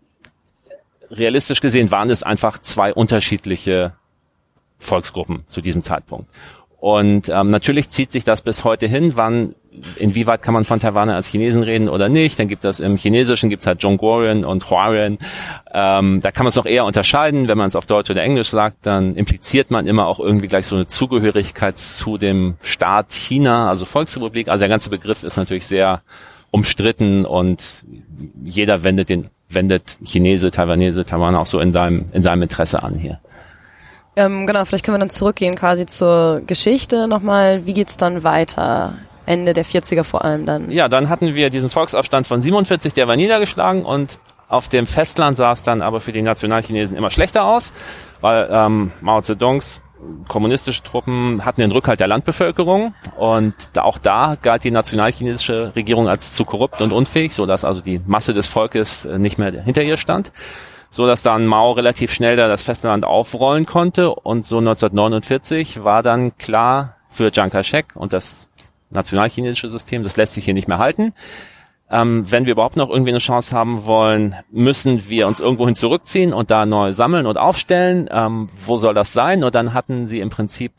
realistisch gesehen, waren es einfach zwei unterschiedliche Volksgruppen zu diesem Zeitpunkt. Und natürlich zieht sich das bis heute hin, inwieweit kann man von Taiwaner als Chinesen reden oder nicht. Dann gibt es im Chinesischen gibt's halt Zhongguoren und Huarien. Da kann man es noch eher unterscheiden. Wenn man es auf Deutsch oder Englisch sagt, dann impliziert man immer auch irgendwie gleich so eine Zugehörigkeit zu dem Staat China, also Volksrepublik. Also der ganze Begriff ist natürlich sehr umstritten und jeder wendet Chinese, Taiwanese, Taiwaner auch so in seinem Interesse an hier. Genau, vielleicht können wir dann zurückgehen quasi zur Geschichte nochmal. Wie geht's dann weiter? Ende der 40er vor allem dann. Ja, dann hatten wir diesen Volksaufstand von 47, der war niedergeschlagen und auf dem Festland sah es dann aber für die Nationalchinesen immer schlechter aus, weil Mao Zedongs kommunistische Truppen hatten den Rückhalt der Landbevölkerung und auch da galt die nationalchinesische Regierung als zu korrupt und unfähig, sodass also die Masse des Volkes nicht mehr hinter ihr stand, so dass dann Mao relativ schnell da das Festland aufrollen konnte und so 1949 war dann klar für Chiang Kai-shek und das nationalchinesische System, das lässt sich hier nicht mehr halten. Wenn wir überhaupt noch irgendwie eine Chance haben wollen, müssen wir uns irgendwohin zurückziehen und da neu sammeln und aufstellen. Wo soll das sein? Und dann hatten sie im Prinzip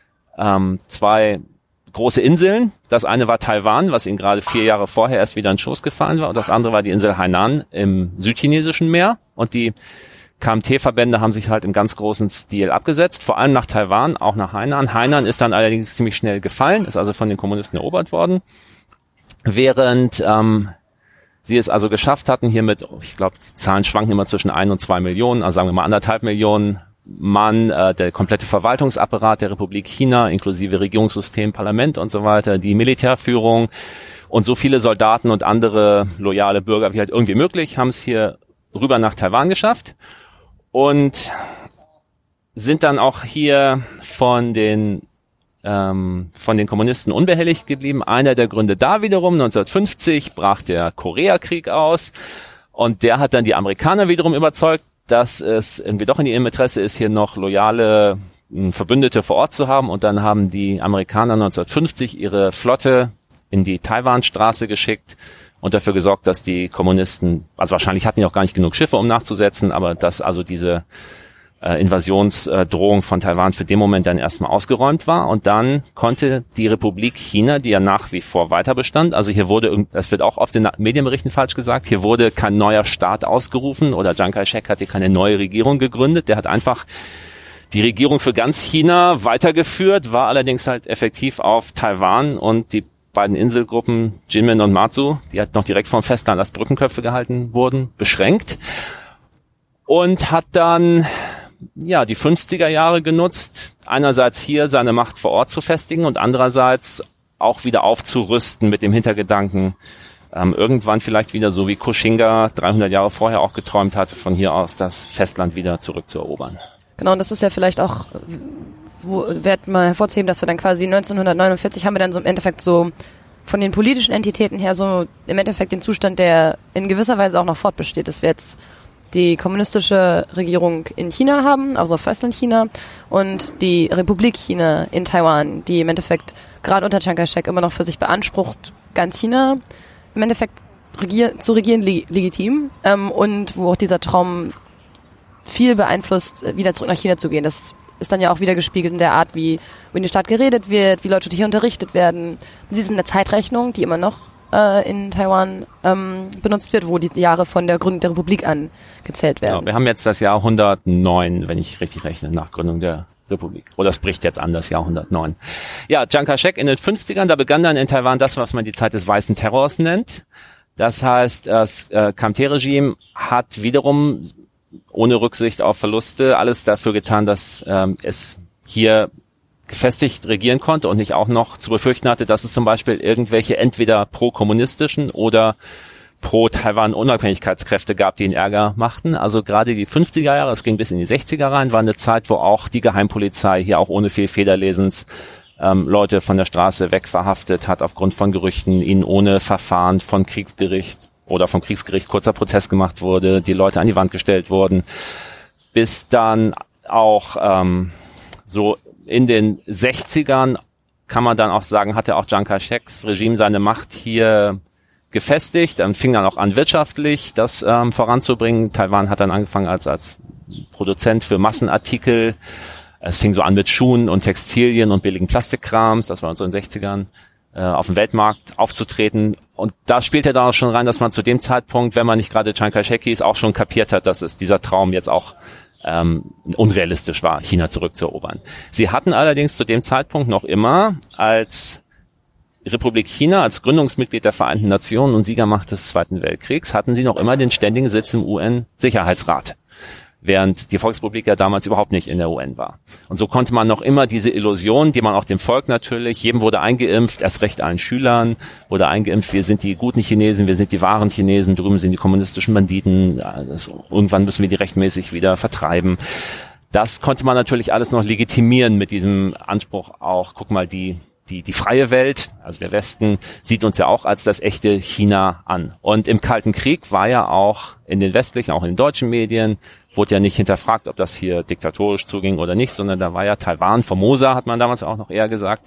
zwei große Inseln. Das eine war Taiwan, was ihnen gerade 4 Jahre vorher erst wieder in den Schoß gefallen war. Und das andere war die Insel Hainan im südchinesischen Meer. Und die KMT-Verbände haben sich halt im ganz großen Stil abgesetzt, vor allem nach Taiwan, auch nach Hainan. Hainan ist dann allerdings ziemlich schnell gefallen, ist also von den Kommunisten erobert worden, während sie es also geschafft hatten, hier mit, ich glaube, die Zahlen schwanken immer zwischen 1 und 2 Millionen, also sagen wir mal 1,5 Millionen Mann, der komplette Verwaltungsapparat der Republik China, inklusive Regierungssystem, Parlament und so weiter, die Militärführung und so viele Soldaten und andere loyale Bürger wie halt irgendwie möglich, haben es hier rüber nach Taiwan geschafft. Und sind dann auch hier von den Kommunisten unbehelligt geblieben. Einer der Gründe da wiederum, 1950 brach der Koreakrieg aus und der hat dann die Amerikaner wiederum überzeugt, dass es irgendwie doch in ihrem Interesse ist, hier noch loyale Verbündete vor Ort zu haben. Und dann haben die Amerikaner 1950 ihre Flotte in die Taiwanstraße geschickt und dafür gesorgt, dass die Kommunisten, also wahrscheinlich hatten die auch gar nicht genug Schiffe, um nachzusetzen, aber dass also diese Invasionsdrohung von Taiwan für den Moment dann erstmal ausgeräumt war. Und dann konnte die Republik China, die ja nach wie vor weiter bestand, also hier wurde, das wird auch oft in Medienberichten falsch gesagt, hier wurde kein neuer Staat ausgerufen oder Chiang Kai-shek hat hier keine neue Regierung gegründet, der hat einfach die Regierung für ganz China weitergeführt, war allerdings halt effektiv auf Taiwan und die beiden Inselgruppen Jinmen und Matsu, die halt noch direkt vom Festland als Brückenköpfe gehalten wurden, beschränkt und hat dann ja die 50er Jahre genutzt, einerseits hier seine Macht vor Ort zu festigen und andererseits auch wieder aufzurüsten mit dem Hintergedanken, irgendwann vielleicht wieder so wie Koxinga 300 Jahre vorher auch geträumt hatte, von hier aus das Festland wieder zurückzuerobern. Genau, und das ist ja vielleicht auch wert mal hervorzuheben, dass wir dann quasi 1949 haben wir dann so im Endeffekt so von den politischen Entitäten her so im Endeffekt den Zustand, der in gewisser Weise auch noch fortbesteht, dass wir jetzt die kommunistische Regierung in China haben, also Festlandchina, und die Republik China in Taiwan, die im Endeffekt gerade unter Chiang Kai-shek immer noch für sich beansprucht, ganz China im Endeffekt zu regieren legitim, und wo auch dieser Traum viel beeinflusst, wieder zurück nach China zu gehen. Das ist dann ja auch wieder gespiegelt in der Art, wie in der Stadt geredet wird, wie Leute hier unterrichtet werden. Sie sind eine Zeitrechnung, die immer noch in Taiwan benutzt wird, wo die Jahre von der Gründung der Republik an gezählt werden. Genau, wir haben jetzt das Jahr 109, wenn ich richtig rechne, nach Gründung der Republik. Oder es bricht jetzt an, das Jahr 109. Ja, Chiang Kai-shek in den 50ern, da begann dann in Taiwan das, was man die Zeit des weißen Terrors nennt. Das heißt, das KMT-Regime hat wiederum ohne Rücksicht auf Verluste alles dafür getan, dass es hier gefestigt regieren konnte und nicht auch noch zu befürchten hatte, dass es zum Beispiel irgendwelche entweder pro-kommunistischen oder pro-Taiwan-Unabhängigkeitskräfte gab, die ihn Ärger machten. Also gerade die 50er Jahre, es ging bis in die 60er rein, war eine Zeit, wo auch die Geheimpolizei hier auch ohne viel Federlesens Leute von der Straße weg verhaftet hat aufgrund von Gerüchten, ihnen ohne Verfahren von Kriegsgericht oder vom Kriegsgericht kurzer Prozess gemacht wurde, die Leute an die Wand gestellt wurden, bis dann auch so in den 60ern kann man dann auch sagen, hatte auch Chiang Kai-sheks Regime seine Macht hier gefestigt, fing dann auch an wirtschaftlich das voranzubringen. Taiwan hat dann angefangen als Produzent für Massenartikel. Es fing so an mit Schuhen und Textilien und billigen Plastikkrams, das war so in den 60ern, auf dem Weltmarkt aufzutreten. Und da spielte dann auch schon rein, dass man zu dem Zeitpunkt, wenn man nicht gerade Chiang Kai-shek hieß, auch schon kapiert hat, dass es dieser Traum jetzt auch unrealistisch war, China zurückzuerobern. Sie hatten allerdings zu dem Zeitpunkt noch immer als Republik China, als Gründungsmitglied der Vereinten Nationen und Siegermacht des Zweiten Weltkriegs, hatten sie noch immer den ständigen Sitz im UN-Sicherheitsrat, während die Volksrepublik ja damals überhaupt nicht in der UN war. Und so konnte man noch immer diese Illusion, die man auch dem Volk natürlich, jedem wurde eingeimpft, erst recht allen Schülern wurde eingeimpft, wir sind die guten Chinesen, wir sind die wahren Chinesen, drüben sind die kommunistischen Banditen, irgendwann müssen wir die rechtmäßig wieder vertreiben. Das konnte man natürlich alles noch legitimieren mit diesem Anspruch auch, guck mal, die freie Welt, also der Westen, sieht uns ja auch als das echte China an. Und im Kalten Krieg war ja auch in den westlichen, auch in den deutschen Medien, wurde ja nicht hinterfragt, ob das hier diktatorisch zuging oder nicht, sondern da war ja Taiwan, Formosa hat man damals auch noch eher gesagt,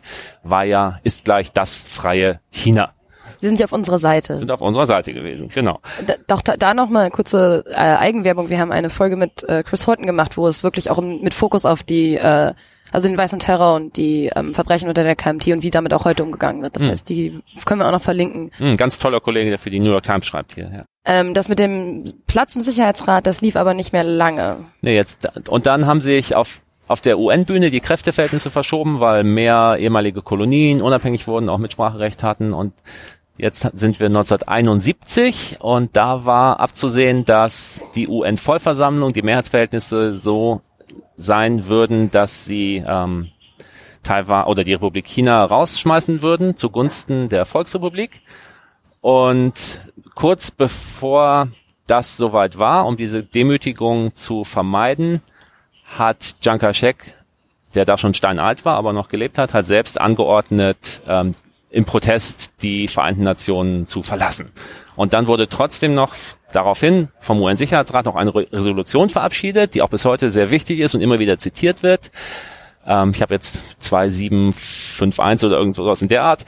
ist gleich das freie China. Sie sind ja auf unserer Seite. Sind auf unserer Seite gewesen, genau. Doch da noch mal kurze Eigenwerbung. Wir haben eine Folge mit Chris Horton gemacht, wo es wirklich auch mit Fokus auf die also den weißen Terror und die Verbrechen unter der KMT und wie damit auch heute umgegangen wird. Das heißt, die können wir auch noch verlinken. Ganz toller Kollege, der für die New York Times schreibt hier. Ja. Das mit dem Platz im Sicherheitsrat, das lief aber nicht mehr lange. Nee, und dann haben sich auf der UN-Bühne die Kräfteverhältnisse verschoben, weil mehr ehemalige Kolonien unabhängig wurden, auch Mitspracherecht hatten, und jetzt sind wir 1971 und da war abzusehen, dass die UN-Vollversammlung, die Mehrheitsverhältnisse so sein würden, dass sie Taiwan oder die Republik China rausschmeißen würden zugunsten der Volksrepublik. Und kurz bevor das soweit war, um diese Demütigung zu vermeiden, hat Chiang Kai-shek, der da schon steinalt war, aber noch gelebt hat, selbst angeordnet, im Protest die Vereinten Nationen zu verlassen. Und dann wurde trotzdem noch daraufhin vom UN-Sicherheitsrat noch eine Resolution verabschiedet, die auch bis heute sehr wichtig ist und immer wieder zitiert wird. Ich habe jetzt 2751 oder irgendwas in der Art.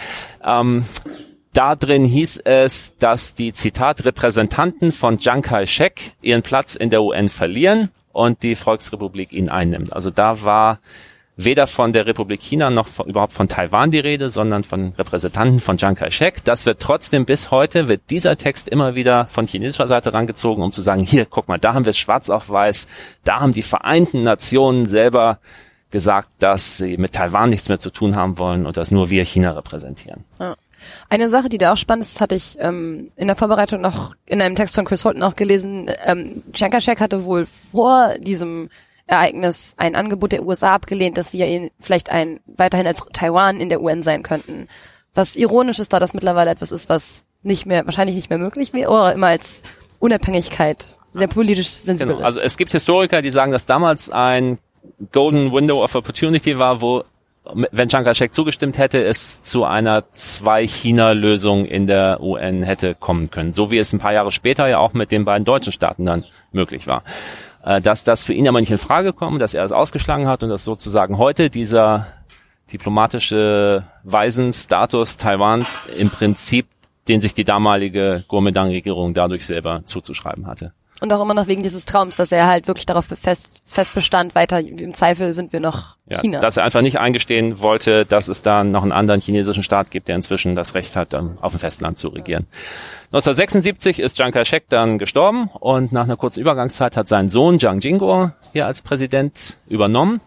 Da drin hieß es, dass die, Zitat, Repräsentanten von Chiang Kai-shek ihren Platz in der UN verlieren und die Volksrepublik ihn einnimmt. Also da war weder von der Republik China noch überhaupt von Taiwan die Rede, sondern von Repräsentanten von Chiang Kai-shek. Das wird trotzdem bis heute, wird dieser Text immer wieder von chinesischer Seite rangezogen, um zu sagen, hier, guck mal, da haben wir es schwarz auf weiß, da haben die Vereinten Nationen selber gesagt, dass sie mit Taiwan nichts mehr zu tun haben wollen und dass nur wir China repräsentieren. Ja. Eine Sache, die da auch spannend ist, hatte ich in der Vorbereitung noch in einem Text von Chris Holton auch gelesen. Chiang Kai-shek hatte wohl vor diesem Ereignis ein Angebot der USA abgelehnt, dass sie ja vielleicht weiterhin als Taiwan in der UN sein könnten. Was ironisch ist, da das mittlerweile etwas ist, was wahrscheinlich nicht mehr möglich wäre, oder immer als Unabhängigkeit sehr politisch sensibel ist. Also es gibt Historiker, die sagen, dass damals ein Golden Window of Opportunity war, wo, wenn Chiang Kai-shek zugestimmt hätte, es zu einer Zwei-China-Lösung in der UN hätte kommen können. So wie es ein paar Jahre später ja auch mit den beiden deutschen Staaten dann möglich war. Dass das für ihn aber nicht in Frage kommt, dass er es ausgeschlagen hat und dass sozusagen heute dieser diplomatische Waisenstatus Taiwans im Prinzip, den sich die damalige Kuomintang-Regierung dadurch selber zuzuschreiben hatte. Und auch immer noch wegen dieses Traums, dass er halt wirklich darauf fest bestand, weiter im Zweifel sind wir noch China. Dass er einfach nicht eingestehen wollte, dass es da noch einen anderen chinesischen Staat gibt, der inzwischen das Recht hat, auf dem Festland zu regieren. 1976 ist Chiang Kai-shek dann gestorben und nach einer kurzen Übergangszeit hat sein Sohn Jiang Jingguo hier als Präsident übernommen.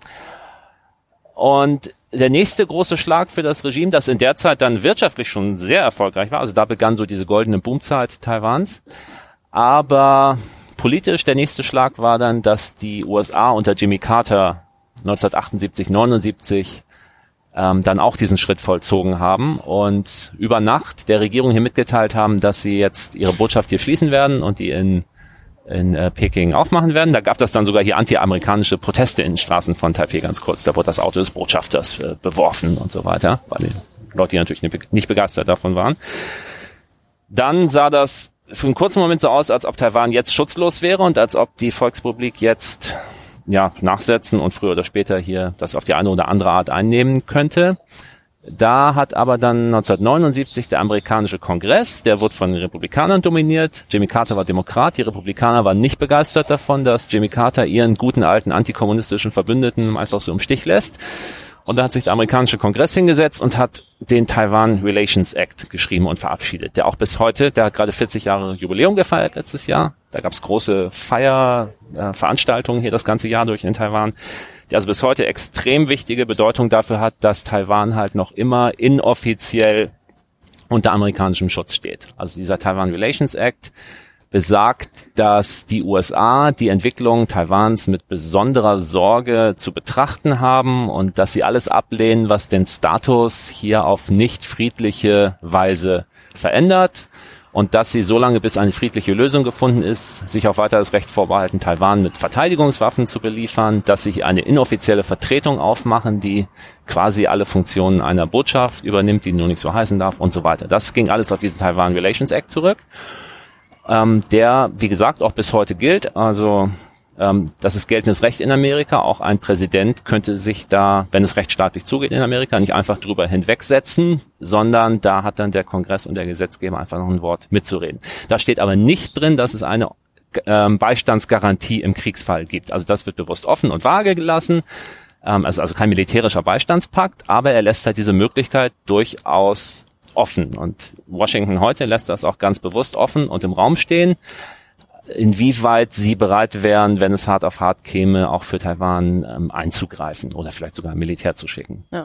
Und der nächste große Schlag für das Regime, das in der Zeit dann wirtschaftlich schon sehr erfolgreich war, also da begann so diese goldene Boomzeit Taiwans, aber politisch der nächste Schlag war dann, dass die USA unter Jimmy Carter 1978, 79 dann auch diesen Schritt vollzogen haben und über Nacht der Regierung hier mitgeteilt haben, dass sie jetzt ihre Botschaft hier schließen werden und die in Peking aufmachen werden. Da gab das dann sogar hier anti-amerikanische Proteste in den Straßen von Taipei ganz kurz. Da wurde das Auto des Botschafters beworfen und so weiter, weil die Leute, die natürlich nicht begeistert davon waren. Dann sah das für einen kurzen Moment so aus, als ob Taiwan jetzt schutzlos wäre und als ob die Volksrepublik jetzt nachsetzen und früher oder später hier das auf die eine oder andere Art einnehmen könnte. Da hat aber dann 1979 der amerikanische Kongress, der wurde von den Republikanern dominiert. Jimmy Carter war Demokrat, die Republikaner waren nicht begeistert davon, dass Jimmy Carter ihren guten alten antikommunistischen Verbündeten einfach so im Stich lässt. Und da hat sich der amerikanische Kongress hingesetzt und hat den Taiwan Relations Act geschrieben und verabschiedet, der auch bis heute, der hat gerade 40 Jahre Jubiläum gefeiert letztes Jahr. Da gab es große Veranstaltungen hier das ganze Jahr durch in Taiwan, die also bis heute extrem wichtige Bedeutung dafür hat, dass Taiwan halt noch immer inoffiziell unter amerikanischem Schutz steht. Also dieser Taiwan Relations Act besagt, dass die USA die Entwicklung Taiwans mit besonderer Sorge zu betrachten haben und dass sie alles ablehnen, was den Status hier auf nicht friedliche Weise verändert und dass sie solange bis eine friedliche Lösung gefunden ist, sich auch weiter das Recht vorbehalten, Taiwan mit Verteidigungswaffen zu beliefern, dass sie eine inoffizielle Vertretung aufmachen, die quasi alle Funktionen einer Botschaft übernimmt, die nur nicht so heißen darf und so weiter. Das ging alles auf diesen Taiwan Relations Act zurück. Der, wie gesagt, auch bis heute gilt. Also das ist geltendes Recht in Amerika. Auch ein Präsident könnte sich da, wenn es rechtsstaatlich zugeht in Amerika, nicht einfach drüber hinwegsetzen, sondern da hat dann der Kongress und der Gesetzgeber einfach noch ein Wort mitzureden. Da steht aber nicht drin, dass es eine Beistandsgarantie im Kriegsfall gibt. Also das wird bewusst offen und vage gelassen. Es ist also kein militärischer Beistandspakt, aber er lässt halt diese Möglichkeit durchaus offen. Und Washington heute lässt das auch ganz bewusst offen und im Raum stehen, inwieweit sie bereit wären, wenn es hart auf hart käme, auch für Taiwan einzugreifen oder vielleicht sogar Militär zu schicken. Ja.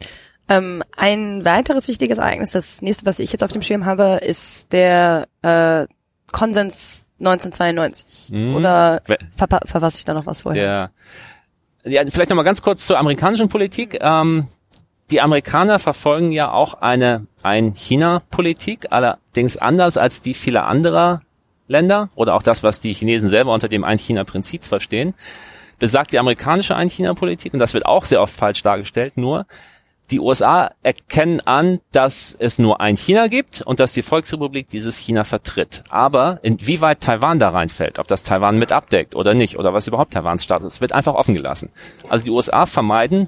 Ein weiteres wichtiges Ereignis, das nächste, was ich jetzt auf dem Schirm habe, ist der Konsens 1992. Oder verfasse ich da noch was vorher? Ja, vielleicht nochmal ganz kurz zur amerikanischen Politik. Die Amerikaner verfolgen ja auch eine Ein-China-Politik, allerdings anders als die vieler anderer Länder oder auch das, was die Chinesen selber unter dem Ein-China-Prinzip verstehen, besagt die amerikanische Ein-China-Politik, und das wird auch sehr oft falsch dargestellt, nur die USA erkennen an, dass es nur ein China gibt und dass die Volksrepublik dieses China vertritt. Aber inwieweit Taiwan da reinfällt, ob das Taiwan mit abdeckt oder nicht, oder was überhaupt Taiwans Status ist, wird einfach offen gelassen. Also die USA vermeiden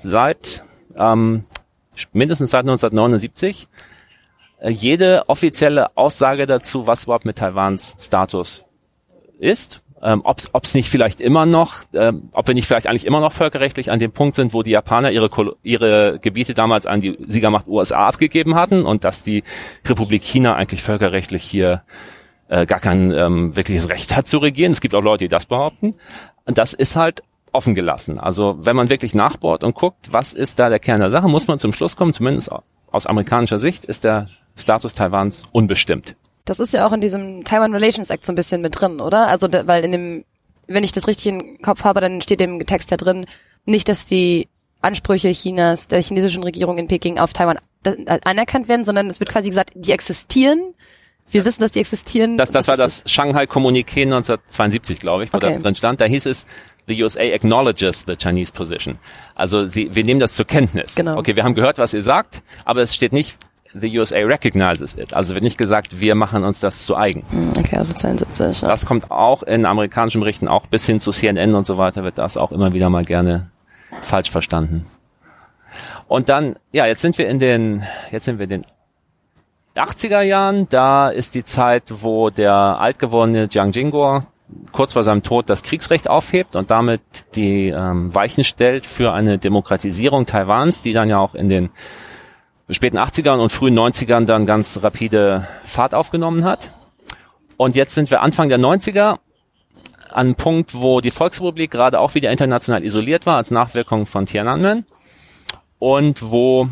mindestens seit 1979 jede offizielle Aussage dazu, was überhaupt mit Taiwans Status ist. Ob wir nicht vielleicht eigentlich immer noch völkerrechtlich an dem Punkt sind, wo die Japaner ihre Gebiete damals an die Siegermacht USA abgegeben hatten und dass die Republik China eigentlich völkerrechtlich hier gar kein wirkliches Recht hat zu regieren. Es gibt auch Leute, die das behaupten. Und das ist halt offen gelassen. Also wenn man wirklich nachbohrt und guckt, was ist da der Kern der Sache, muss man zum Schluss kommen, zumindest aus amerikanischer Sicht, ist der Status Taiwans unbestimmt. Das ist ja auch in diesem Taiwan Relations Act so ein bisschen mit drin, oder? Also, weil wenn ich das richtig im Kopf habe, dann steht im Text ja drin, nicht, dass die Ansprüche Chinas, der chinesischen Regierung in Peking auf Taiwan anerkannt werden, sondern es wird quasi gesagt, die existieren. Wir wissen, dass die existieren. Das war das Shanghai-Kommuniqué 1972, glaube ich, wo das drin stand. Da hieß es, the USA acknowledges the Chinese position. Also wir nehmen das zur Kenntnis. Genau. Okay, wir haben gehört, was ihr sagt, aber es steht nicht, the USA recognizes it. Also wird nicht gesagt, wir machen uns das zu eigen. Okay, also 72. Ja. Das kommt auch in amerikanischen Berichten, auch bis hin zu CNN und so weiter, wird das auch immer wieder mal gerne falsch verstanden. Und dann, ja, jetzt sind wir in den 80er Jahren. Da ist die Zeit, wo der altgewordene Jiang Jingguo kurz vor seinem Tod das Kriegsrecht aufhebt und damit die Weichen stellt für eine Demokratisierung Taiwans, die dann ja auch in den späten 80ern und frühen 90ern dann ganz rapide Fahrt aufgenommen hat. Und jetzt sind wir Anfang der 90er an einem Punkt, wo die Volksrepublik gerade auch wieder international isoliert war als Nachwirkung von Tiananmen und wo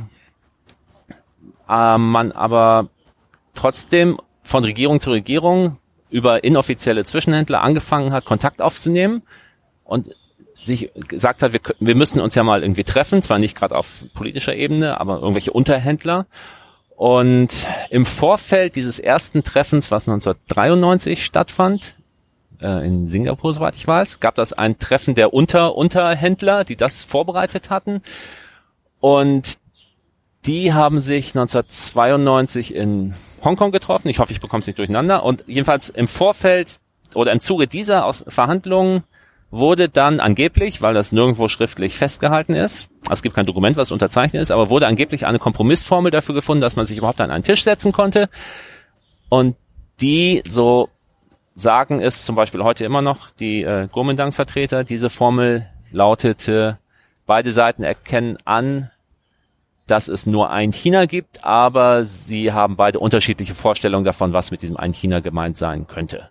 man aber trotzdem von Regierung zu Regierung über inoffizielle Zwischenhändler angefangen hat, Kontakt aufzunehmen und sich gesagt hat, wir müssen uns ja mal irgendwie treffen, zwar nicht gerade auf politischer Ebene, aber irgendwelche Unterhändler. Und im Vorfeld dieses ersten Treffens, was 1993 stattfand, in Singapur, soweit ich weiß, gab das ein Treffen der Unterhändler, die das vorbereitet hatten. Und die haben sich 1992 in Hongkong getroffen. Ich hoffe, ich bekomme es nicht durcheinander. Und jedenfalls im Vorfeld oder im Zuge dieser Verhandlungen wurde dann angeblich, weil das nirgendwo schriftlich festgehalten ist, also es gibt kein Dokument, was unterzeichnet ist, aber wurde angeblich eine Kompromissformel dafür gefunden, dass man sich überhaupt an einen Tisch setzen konnte. Und die, so sagen es zum Beispiel heute immer noch die Kuomintang-Vertreter, diese Formel lautete, beide Seiten erkennen an, dass es nur ein China gibt, aber sie haben beide unterschiedliche Vorstellungen davon, was mit diesem ein China gemeint sein könnte.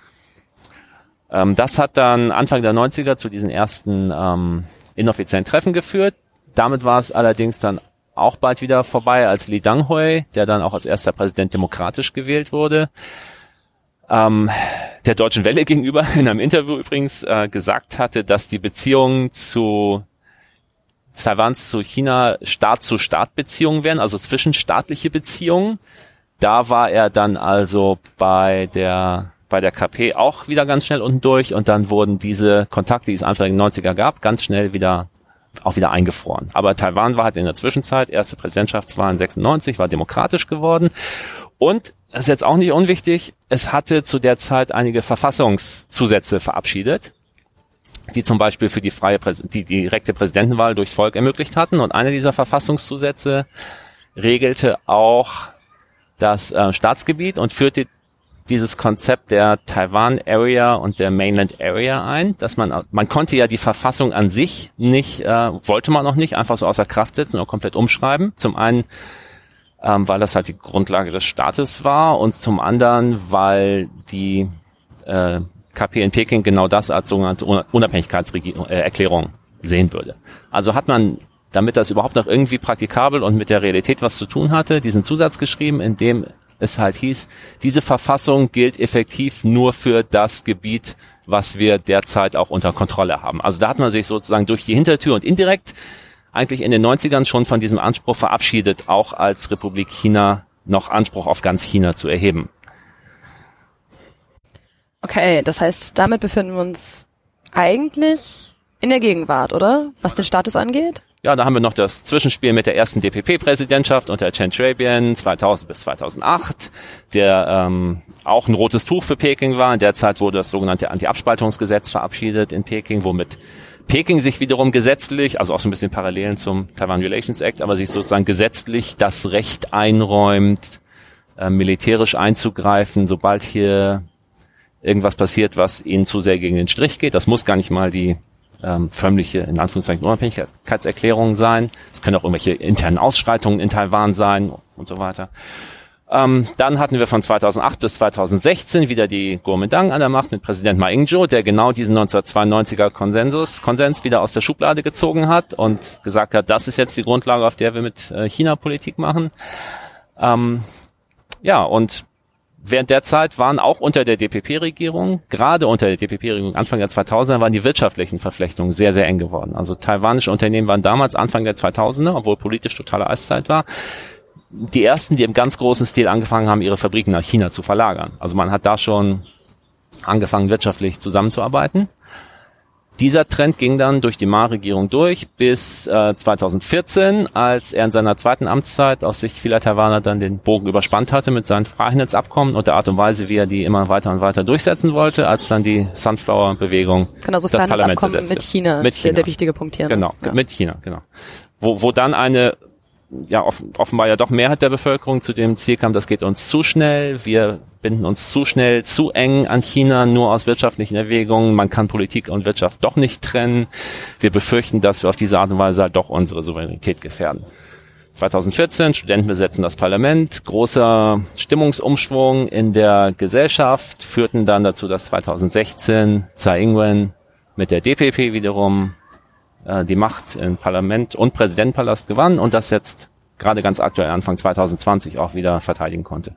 Das hat dann Anfang der 90er zu diesen ersten inoffiziellen Treffen geführt. Damit war es allerdings dann auch bald wieder vorbei, als Lee Teng-hui, der dann auch als erster Präsident demokratisch gewählt wurde, der Deutschen Welle gegenüber in einem Interview übrigens gesagt hatte, dass die Beziehungen zu Taiwans zu China Staat-zu-Staat-Beziehungen wären, also zwischenstaatliche Beziehungen. Da war er dann also bei der KP auch wieder ganz schnell unten durch und dann wurden diese Kontakte, die es Anfang der 90er gab, ganz schnell wieder eingefroren. Aber Taiwan war halt in der Zwischenzeit, erste Präsidentschaftswahlen 96, war demokratisch geworden und, das ist jetzt auch nicht unwichtig, es hatte zu der Zeit einige Verfassungszusätze verabschiedet, die zum Beispiel für die direkte Präsidentenwahl durchs Volk ermöglicht hatten. Und einer dieser Verfassungszusätze regelte auch das Staatsgebiet und führte dieses Konzept der Taiwan Area und der Mainland Area ein, dass man konnte ja die Verfassung an sich nicht, wollte man noch nicht einfach so außer Kraft setzen oder komplett umschreiben. Zum einen weil das halt die Grundlage des Staates war und zum anderen, weil die KP in Peking genau das als sogenannte Unabhängigkeitserklärung sehen würde. Also hat man, damit das überhaupt noch irgendwie praktikabel und mit der Realität was zu tun hatte, diesen Zusatz geschrieben, in dem es halt hieß, diese Verfassung gilt effektiv nur für das Gebiet, was wir derzeit auch unter Kontrolle haben. Also da hat man sich sozusagen durch die Hintertür und indirekt eigentlich in den 90ern schon von diesem Anspruch verabschiedet, auch als Republik China noch Anspruch auf ganz China zu erheben. Okay, das heißt, damit befinden wir uns eigentlich in der Gegenwart, oder? Was den Status angeht? Ja, da haben wir noch das Zwischenspiel mit der ersten DPP-Präsidentschaft unter Chen Shui-bian 2000 bis 2008, der auch ein rotes Tuch für Peking war. In der Zeit wurde das sogenannte Anti-Abspaltungsgesetz verabschiedet in Peking, womit Peking sich wiederum gesetzlich, also auch so ein bisschen Parallelen zum Taiwan Relations Act, aber sich sozusagen gesetzlich das Recht einräumt, militärisch einzugreifen, sobald hier irgendwas passiert, was ihnen zu sehr gegen den Strich geht. Das muss gar nicht mal die förmliche, in Anführungszeichen, Unabhängigkeitserklärung sein. Es können auch irgendwelche internen Ausschreitungen in Taiwan sein und so weiter. Dann hatten wir von 2008 bis 2016 wieder die Kuomintang an der Macht mit Präsident Ma Ying-jeou, der genau diesen 1992er Konsens wieder aus der Schublade gezogen hat und gesagt hat, das ist jetzt die Grundlage, auf der wir mit China Politik machen. Ja, und während der Zeit waren auch unter der DPP-Regierung, gerade unter der DPP-Regierung Anfang der 2000er, waren die wirtschaftlichen Verflechtungen sehr, sehr eng geworden. Also taiwanische Unternehmen waren damals Anfang der 2000er, obwohl politisch totale Eiszeit war, die ersten, die im ganz großen Stil angefangen haben, ihre Fabriken nach China zu verlagern. Also man hat da schon angefangen, wirtschaftlich zusammenzuarbeiten. Dieser Trend ging dann durch die Ma-Regierung durch bis 2014, als er in seiner zweiten Amtszeit aus Sicht vieler Taiwaner dann den Bogen überspannt hatte mit seinen Freihandelsabkommen und der Art und Weise, wie er die immer weiter und weiter durchsetzen wollte, als dann die Sunflower-Bewegung so das Parlament besetzte. Mit China ist der wichtige Punkt hier. Genau, ja. Mit China, genau. Wo dann eine offenbar ja doch Mehrheit der Bevölkerung zu dem Ziel kam, das geht uns zu schnell, wir binden uns zu schnell, zu eng an China, nur aus wirtschaftlichen Erwägungen, man kann Politik und Wirtschaft doch nicht trennen. Wir befürchten, dass wir auf diese Art und Weise halt doch unsere Souveränität gefährden. 2014, Studenten besetzen das Parlament, großer Stimmungsumschwung in der Gesellschaft, führten dann dazu, dass 2016 Tsai Ing-wen mit der DPP wiederum die Macht im Parlament und Präsidentenpalast gewann und das jetzt gerade ganz aktuell Anfang 2020 auch wieder verteidigen konnte.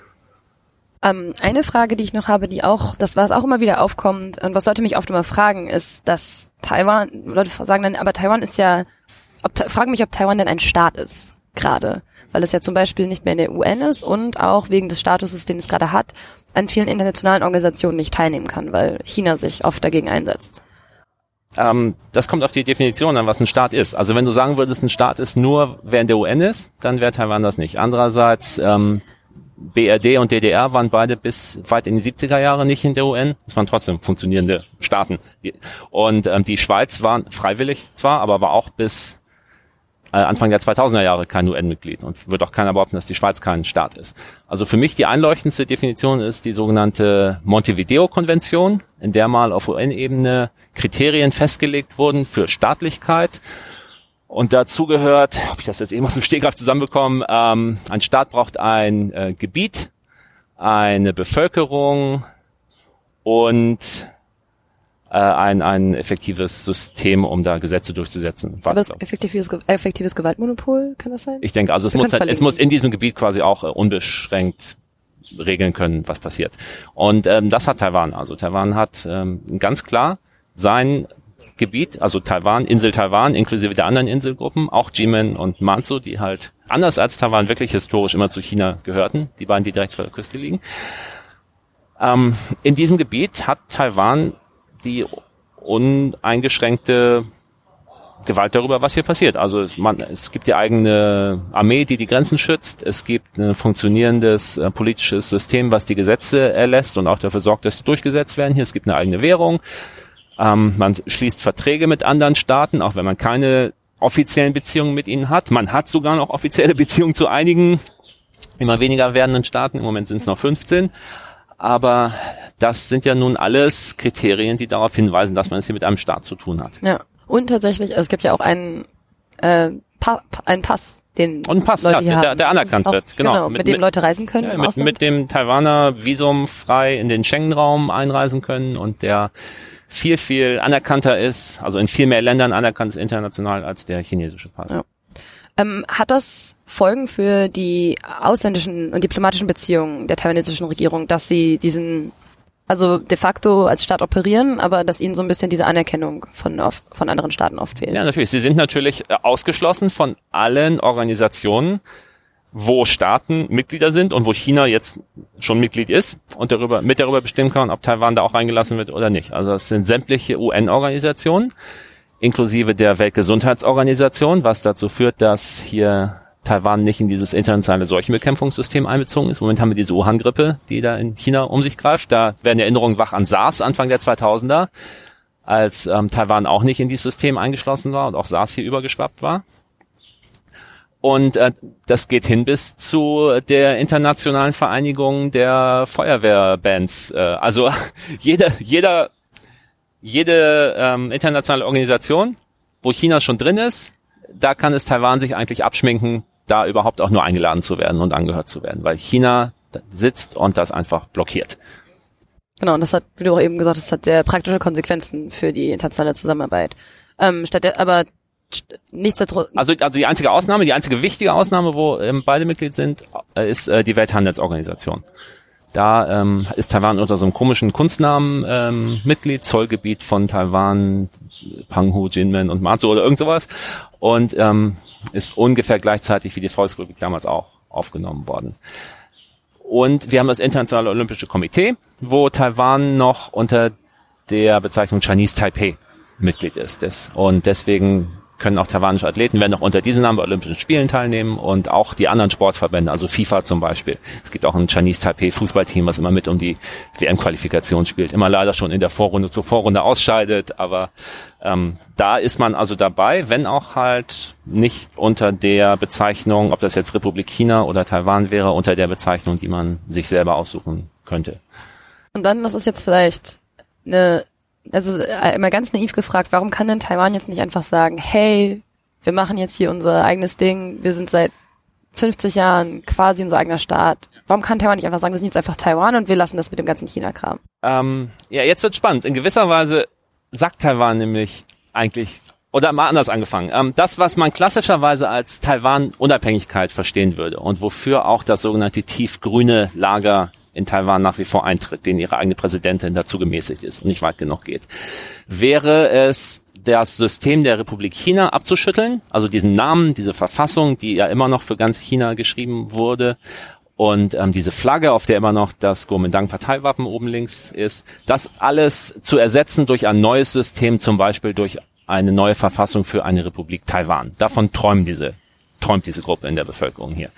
Eine Frage, die ich noch habe, das was auch immer wieder aufkommt und was Leute mich oft immer fragen, ist, dass Leute sagen dann, aber Taiwan ist ja, fragen mich, ob Taiwan denn ein Staat ist, gerade. Weil es ja zum Beispiel nicht mehr in der UN ist und auch wegen des Statuses, den es gerade hat, an vielen internationalen Organisationen nicht teilnehmen kann, weil China sich oft dagegen einsetzt. Das kommt auf die Definition an, was ein Staat ist. Also wenn du sagen würdest, ein Staat ist nur, wer in der UN ist, dann wäre Taiwan das nicht. Andererseits, BRD und DDR waren beide bis weit in die 70er Jahre nicht in der UN. Das waren trotzdem funktionierende Staaten. Und die Schweiz war freiwillig zwar, aber war auch bis Anfang der 2000er Jahre kein UN-Mitglied und wird auch keiner behaupten, dass die Schweiz kein Staat ist. Also für mich die einleuchtendste Definition ist die sogenannte Montevideo-Konvention, in der mal auf UN-Ebene Kriterien festgelegt wurden für Staatlichkeit. Und dazu gehört, ob ich das jetzt eben aus dem Stegreif zusammenbekomme, ein Staat braucht ein Gebiet, eine Bevölkerung und ein effektives System, um da Gesetze durchzusetzen. Aber das effektives Gewaltmonopol, kann das sein? Ich denke, also es muss in diesem Gebiet quasi auch unbeschränkt regeln können, was passiert. Und das hat Taiwan. Also Taiwan hat ganz klar sein Gebiet, also Insel Taiwan, inklusive der anderen Inselgruppen, auch Jimen und Mansu, die halt anders als Taiwan wirklich historisch immer zu China gehörten, die beiden, die direkt vor der Küste liegen. In diesem Gebiet hat Taiwan die uneingeschränkte Gewalt darüber, was hier passiert. Also es gibt die eigene Armee, die Grenzen schützt. Es gibt ein funktionierendes politisches System, was die Gesetze erlässt und auch dafür sorgt, dass sie durchgesetzt werden. Hier es gibt eine eigene Währung. Man schließt Verträge mit anderen Staaten, auch wenn man keine offiziellen Beziehungen mit ihnen hat. Man hat sogar noch offizielle Beziehungen zu einigen immer weniger werdenden Staaten. Im Moment sind es noch 15. Aber das sind ja nun alles Kriterien, die darauf hinweisen, dass man es hier mit einem Staat zu tun hat. Ja, und tatsächlich, es gibt ja auch einen einen Pass, den und ein Pass, Leute hier haben. der anerkannt wird. Genau, mit dem Leute reisen können im Ausland. Mit dem Taiwaner visumfrei in den Schengen-Raum einreisen können und der viel, viel anerkannter ist, also in viel mehr Ländern anerkannt ist international als der chinesische Pass. Ja. Hat das Folgen für die ausländischen und diplomatischen Beziehungen der taiwanesischen Regierung, dass sie diesen, also de facto als Staat operieren, aber dass ihnen so ein bisschen diese Anerkennung von anderen Staaten oft fehlt? Ja, natürlich. Sie sind natürlich ausgeschlossen von allen Organisationen, wo Staaten Mitglieder sind und wo China jetzt schon Mitglied ist und darüber bestimmen kann, ob Taiwan da auch reingelassen wird oder nicht. Also das sind sämtliche UN-Organisationen, inklusive der Weltgesundheitsorganisation, was dazu führt, dass hier Taiwan nicht in dieses internationale Seuchenbekämpfungssystem einbezogen ist. Im Moment haben wir diese Wuhan-Grippe, die da in China um sich greift. Da werden Erinnerungen wach an SARS Anfang der 2000er, als Taiwan auch nicht in dieses System eingeschlossen war und auch SARS hier übergeschwappt war. Und das geht hin bis zu der internationalen Vereinigung der Feuerwehrbands. Also jede internationale Organisation, wo China schon drin ist, da kann es Taiwan sich eigentlich abschminken, da überhaupt auch nur eingeladen zu werden und angehört zu werden, weil China sitzt und das einfach blockiert. Genau, und das hat, wie du auch eben gesagt hast, hat sehr praktische Konsequenzen für die internationale Zusammenarbeit. Nichtsdestotrotz. Also die einzige wichtige Ausnahme, wo beide Mitglied sind, ist die Welthandelsorganisation. Da ist Taiwan unter so einem komischen Kunstnamen Mitglied, Zollgebiet von Taiwan, Penghu, Jinmen und Matsu oder irgend sowas und ist ungefähr gleichzeitig wie die Volksrepublik damals auch aufgenommen worden. Und wir haben das Internationale Olympische Komitee, wo Taiwan noch unter der Bezeichnung Chinese Taipei Mitglied ist. Und deswegen können auch taiwanische Athleten, werden auch unter diesem Namen bei Olympischen Spielen teilnehmen und auch die anderen Sportverbände, also FIFA zum Beispiel. Es gibt auch ein Chinese Taipei Fußballteam, was immer mit um die WM-Qualifikation spielt. Immer leider schon in der Vorrunde zur Vorrunde ausscheidet, aber da ist man also dabei, wenn auch halt nicht unter der Bezeichnung, ob das jetzt Republik China oder Taiwan wäre, unter der Bezeichnung, die man sich selber aussuchen könnte. Und dann, das ist jetzt vielleicht immer ganz naiv gefragt, warum kann denn Taiwan jetzt nicht einfach sagen, hey, wir machen jetzt hier unser eigenes Ding, wir sind seit 50 Jahren quasi unser eigener Staat. Warum kann Taiwan nicht einfach sagen, wir sind jetzt einfach Taiwan und wir lassen das mit dem ganzen China-Kram? Ja, jetzt wird's spannend. In gewisser Weise sagt Taiwan nämlich eigentlich, oder mal anders angefangen, das, was man klassischerweise als Taiwan-Unabhängigkeit verstehen würde und wofür auch das sogenannte tiefgrüne Lager in Taiwan nach wie vor eintritt, den ihre eigene Präsidentin dazu gemäßigt ist und nicht weit genug geht, wäre es, das System der Republik China abzuschütteln, also diesen Namen, diese Verfassung, die ja immer noch für ganz China geschrieben wurde, und diese Flagge, auf der immer noch das Kuomintang-Parteiwappen oben links ist, das alles zu ersetzen durch ein neues System, zum Beispiel durch eine neue Verfassung für eine Republik Taiwan. Davon träumt diese Gruppe in der Bevölkerung hier.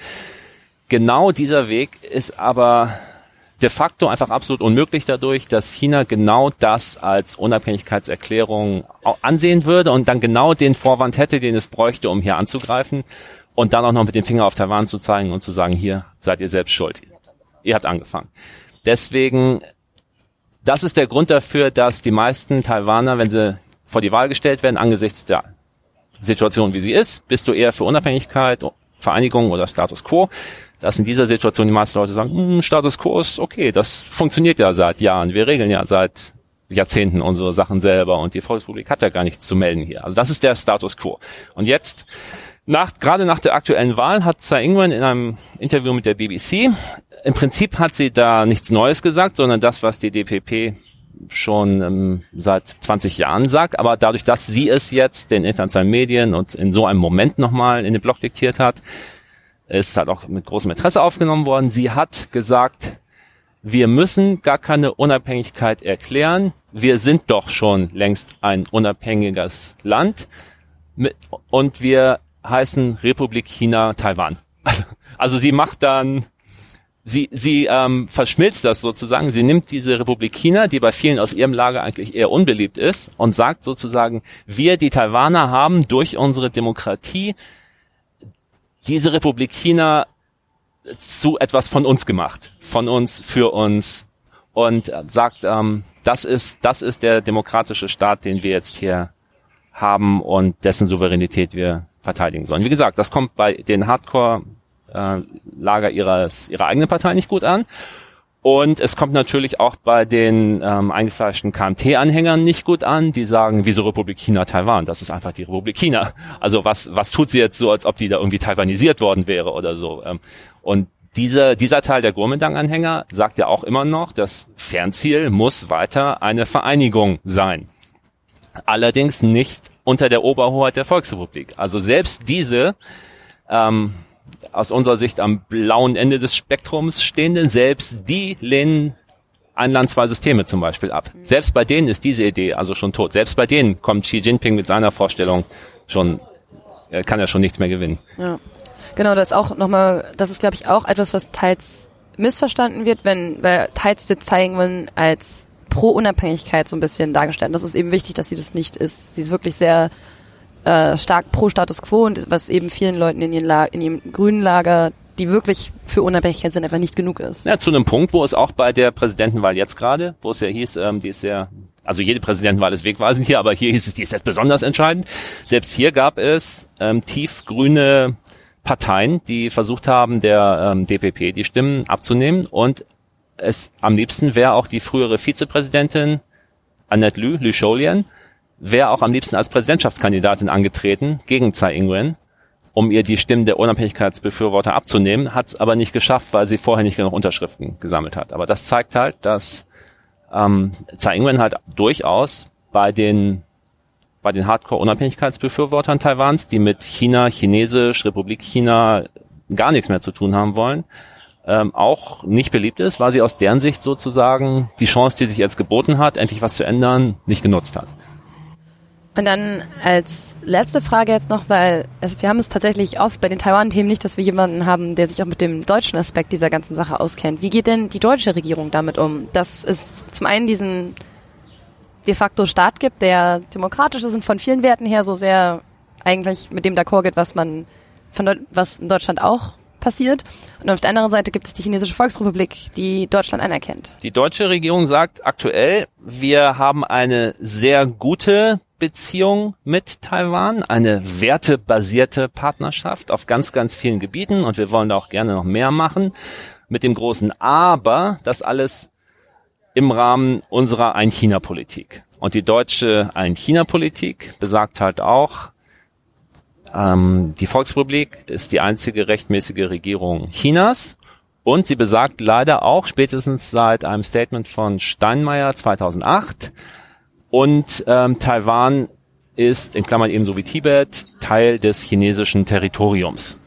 Genau dieser Weg ist aber de facto einfach absolut unmöglich dadurch, dass China genau das als Unabhängigkeitserklärung ansehen würde und dann genau den Vorwand hätte, den es bräuchte, um hier anzugreifen und dann auch noch mit dem Finger auf Taiwan zu zeigen und zu sagen, hier seid ihr selbst schuld. Ihr habt angefangen. Deswegen, das ist der Grund dafür, dass die meisten Taiwaner, wenn sie vor die Wahl gestellt werden, angesichts der Situation, wie sie ist, bist du eher für Unabhängigkeit, Vereinigung oder Status Quo, dass in dieser Situation die meisten Leute sagen, Status Quo ist okay, das funktioniert ja seit Jahren, wir regeln ja seit Jahrzehnten unsere Sachen selber und die Volksrepublik hat ja gar nichts zu melden hier. Also das ist der Status Quo. Und jetzt, gerade nach der aktuellen Wahl, hat Tsai Ing-wen in einem Interview mit der BBC, im Prinzip hat sie da nichts Neues gesagt, sondern das, was die DPP schon seit 20 Jahren sagt, aber dadurch, dass sie es jetzt den internationalen Medien und in so einem Moment nochmal in den Blog diktiert hat, ist halt auch mit großem Interesse aufgenommen worden. Sie hat gesagt, wir müssen gar keine Unabhängigkeit erklären, wir sind doch schon längst ein unabhängiges Land und wir heißen Republik China Taiwan. Also sie macht dann Sie verschmilzt das sozusagen. Sie nimmt diese Republik China, die bei vielen aus ihrem Lager eigentlich eher unbeliebt ist, und sagt sozusagen, wir, die Taiwaner, haben durch unsere Demokratie diese Republik China zu etwas von uns gemacht. Von uns, für uns. Und sagt, das ist der demokratische Staat, den wir jetzt hier haben und dessen Souveränität wir verteidigen sollen. Wie gesagt, das kommt bei den Hardcore-Lager ihrer eigenen Partei nicht gut an. Und es kommt natürlich auch bei den eingefleischten KMT-Anhängern nicht gut an, die sagen, wieso Republik China Taiwan? Das ist einfach die Republik China. Also was tut sie jetzt so, als ob die da irgendwie taiwanisiert worden wäre oder so? Und dieser Teil der Kuomintang-Anhänger sagt ja auch immer noch, das Fernziel muss weiter eine Vereinigung sein. Allerdings nicht unter der Oberhoheit der Volksrepublik. Also selbst diese aus unserer Sicht am blauen Ende des Spektrums stehenden, selbst die lehnen ein Land, zwei Systeme zum Beispiel ab. Selbst bei denen ist diese Idee also schon tot. Selbst bei denen kommt Xi Jinping mit seiner Vorstellung kann er schon nichts mehr gewinnen. Ja. Genau, das ist glaube ich auch etwas, was teils missverstanden wird, weil teils wird Tsai als Pro-Unabhängigkeit so ein bisschen dargestellt. Das ist eben wichtig, dass sie das nicht ist. Sie ist wirklich sehr stark pro Status Quo und was eben vielen Leuten in ihrem grünen Lager, die wirklich für Unabhängigkeit sind, einfach nicht genug ist. Ja, zu einem Punkt, wo es auch bei der Präsidentenwahl jetzt gerade, wo es ja hieß, die ist ja, also jede Präsidentenwahl ist wegweisend hier, aber hier hieß es, die ist jetzt besonders entscheidend. Selbst hier gab es tiefgrüne Parteien, die versucht haben, der DPP die Stimmen abzunehmen, und es am liebsten wäre auch die frühere Vizepräsidentin Annette Lü Sholian, wäre auch am liebsten als Präsidentschaftskandidatin angetreten gegen Tsai Ing-wen, um ihr die Stimmen der Unabhängigkeitsbefürworter abzunehmen, hat es aber nicht geschafft, weil sie vorher nicht genug Unterschriften gesammelt hat. Aber das zeigt halt, dass Tsai Ing-wen halt durchaus bei den Hardcore-Unabhängigkeitsbefürwortern Taiwans, die mit China, Chinesisch, Republik China gar nichts mehr zu tun haben wollen, auch nicht beliebt ist, weil sie aus deren Sicht sozusagen die Chance, die sich jetzt geboten hat, endlich was zu ändern, nicht genutzt hat. Und dann als letzte Frage jetzt noch, weil wir haben es tatsächlich oft bei den Taiwan-Themen nicht, dass wir jemanden haben, der sich auch mit dem deutschen Aspekt dieser ganzen Sache auskennt. Wie geht denn die deutsche Regierung damit um? Dass es zum einen diesen de facto Staat gibt, der demokratisch ist und von vielen Werten her so sehr eigentlich mit dem d'accord geht, was in Deutschland auch passiert. Und auf der anderen Seite gibt es die Chinesische Volksrepublik, die Deutschland anerkennt. Die deutsche Regierung sagt aktuell, wir haben eine sehr gute Beziehung mit Taiwan, eine wertebasierte Partnerschaft auf ganz, ganz vielen Gebieten, und wir wollen da auch gerne noch mehr machen, mit dem großen Aber, das alles im Rahmen unserer Ein-China-Politik. Und die deutsche Ein-China-Politik besagt halt auch, die Volksrepublik ist die einzige rechtmäßige Regierung Chinas, und sie besagt leider auch spätestens seit einem Statement von Steinmeier 2008, und Taiwan ist, in Klammern ebenso wie Tibet, Teil des chinesischen Territoriums.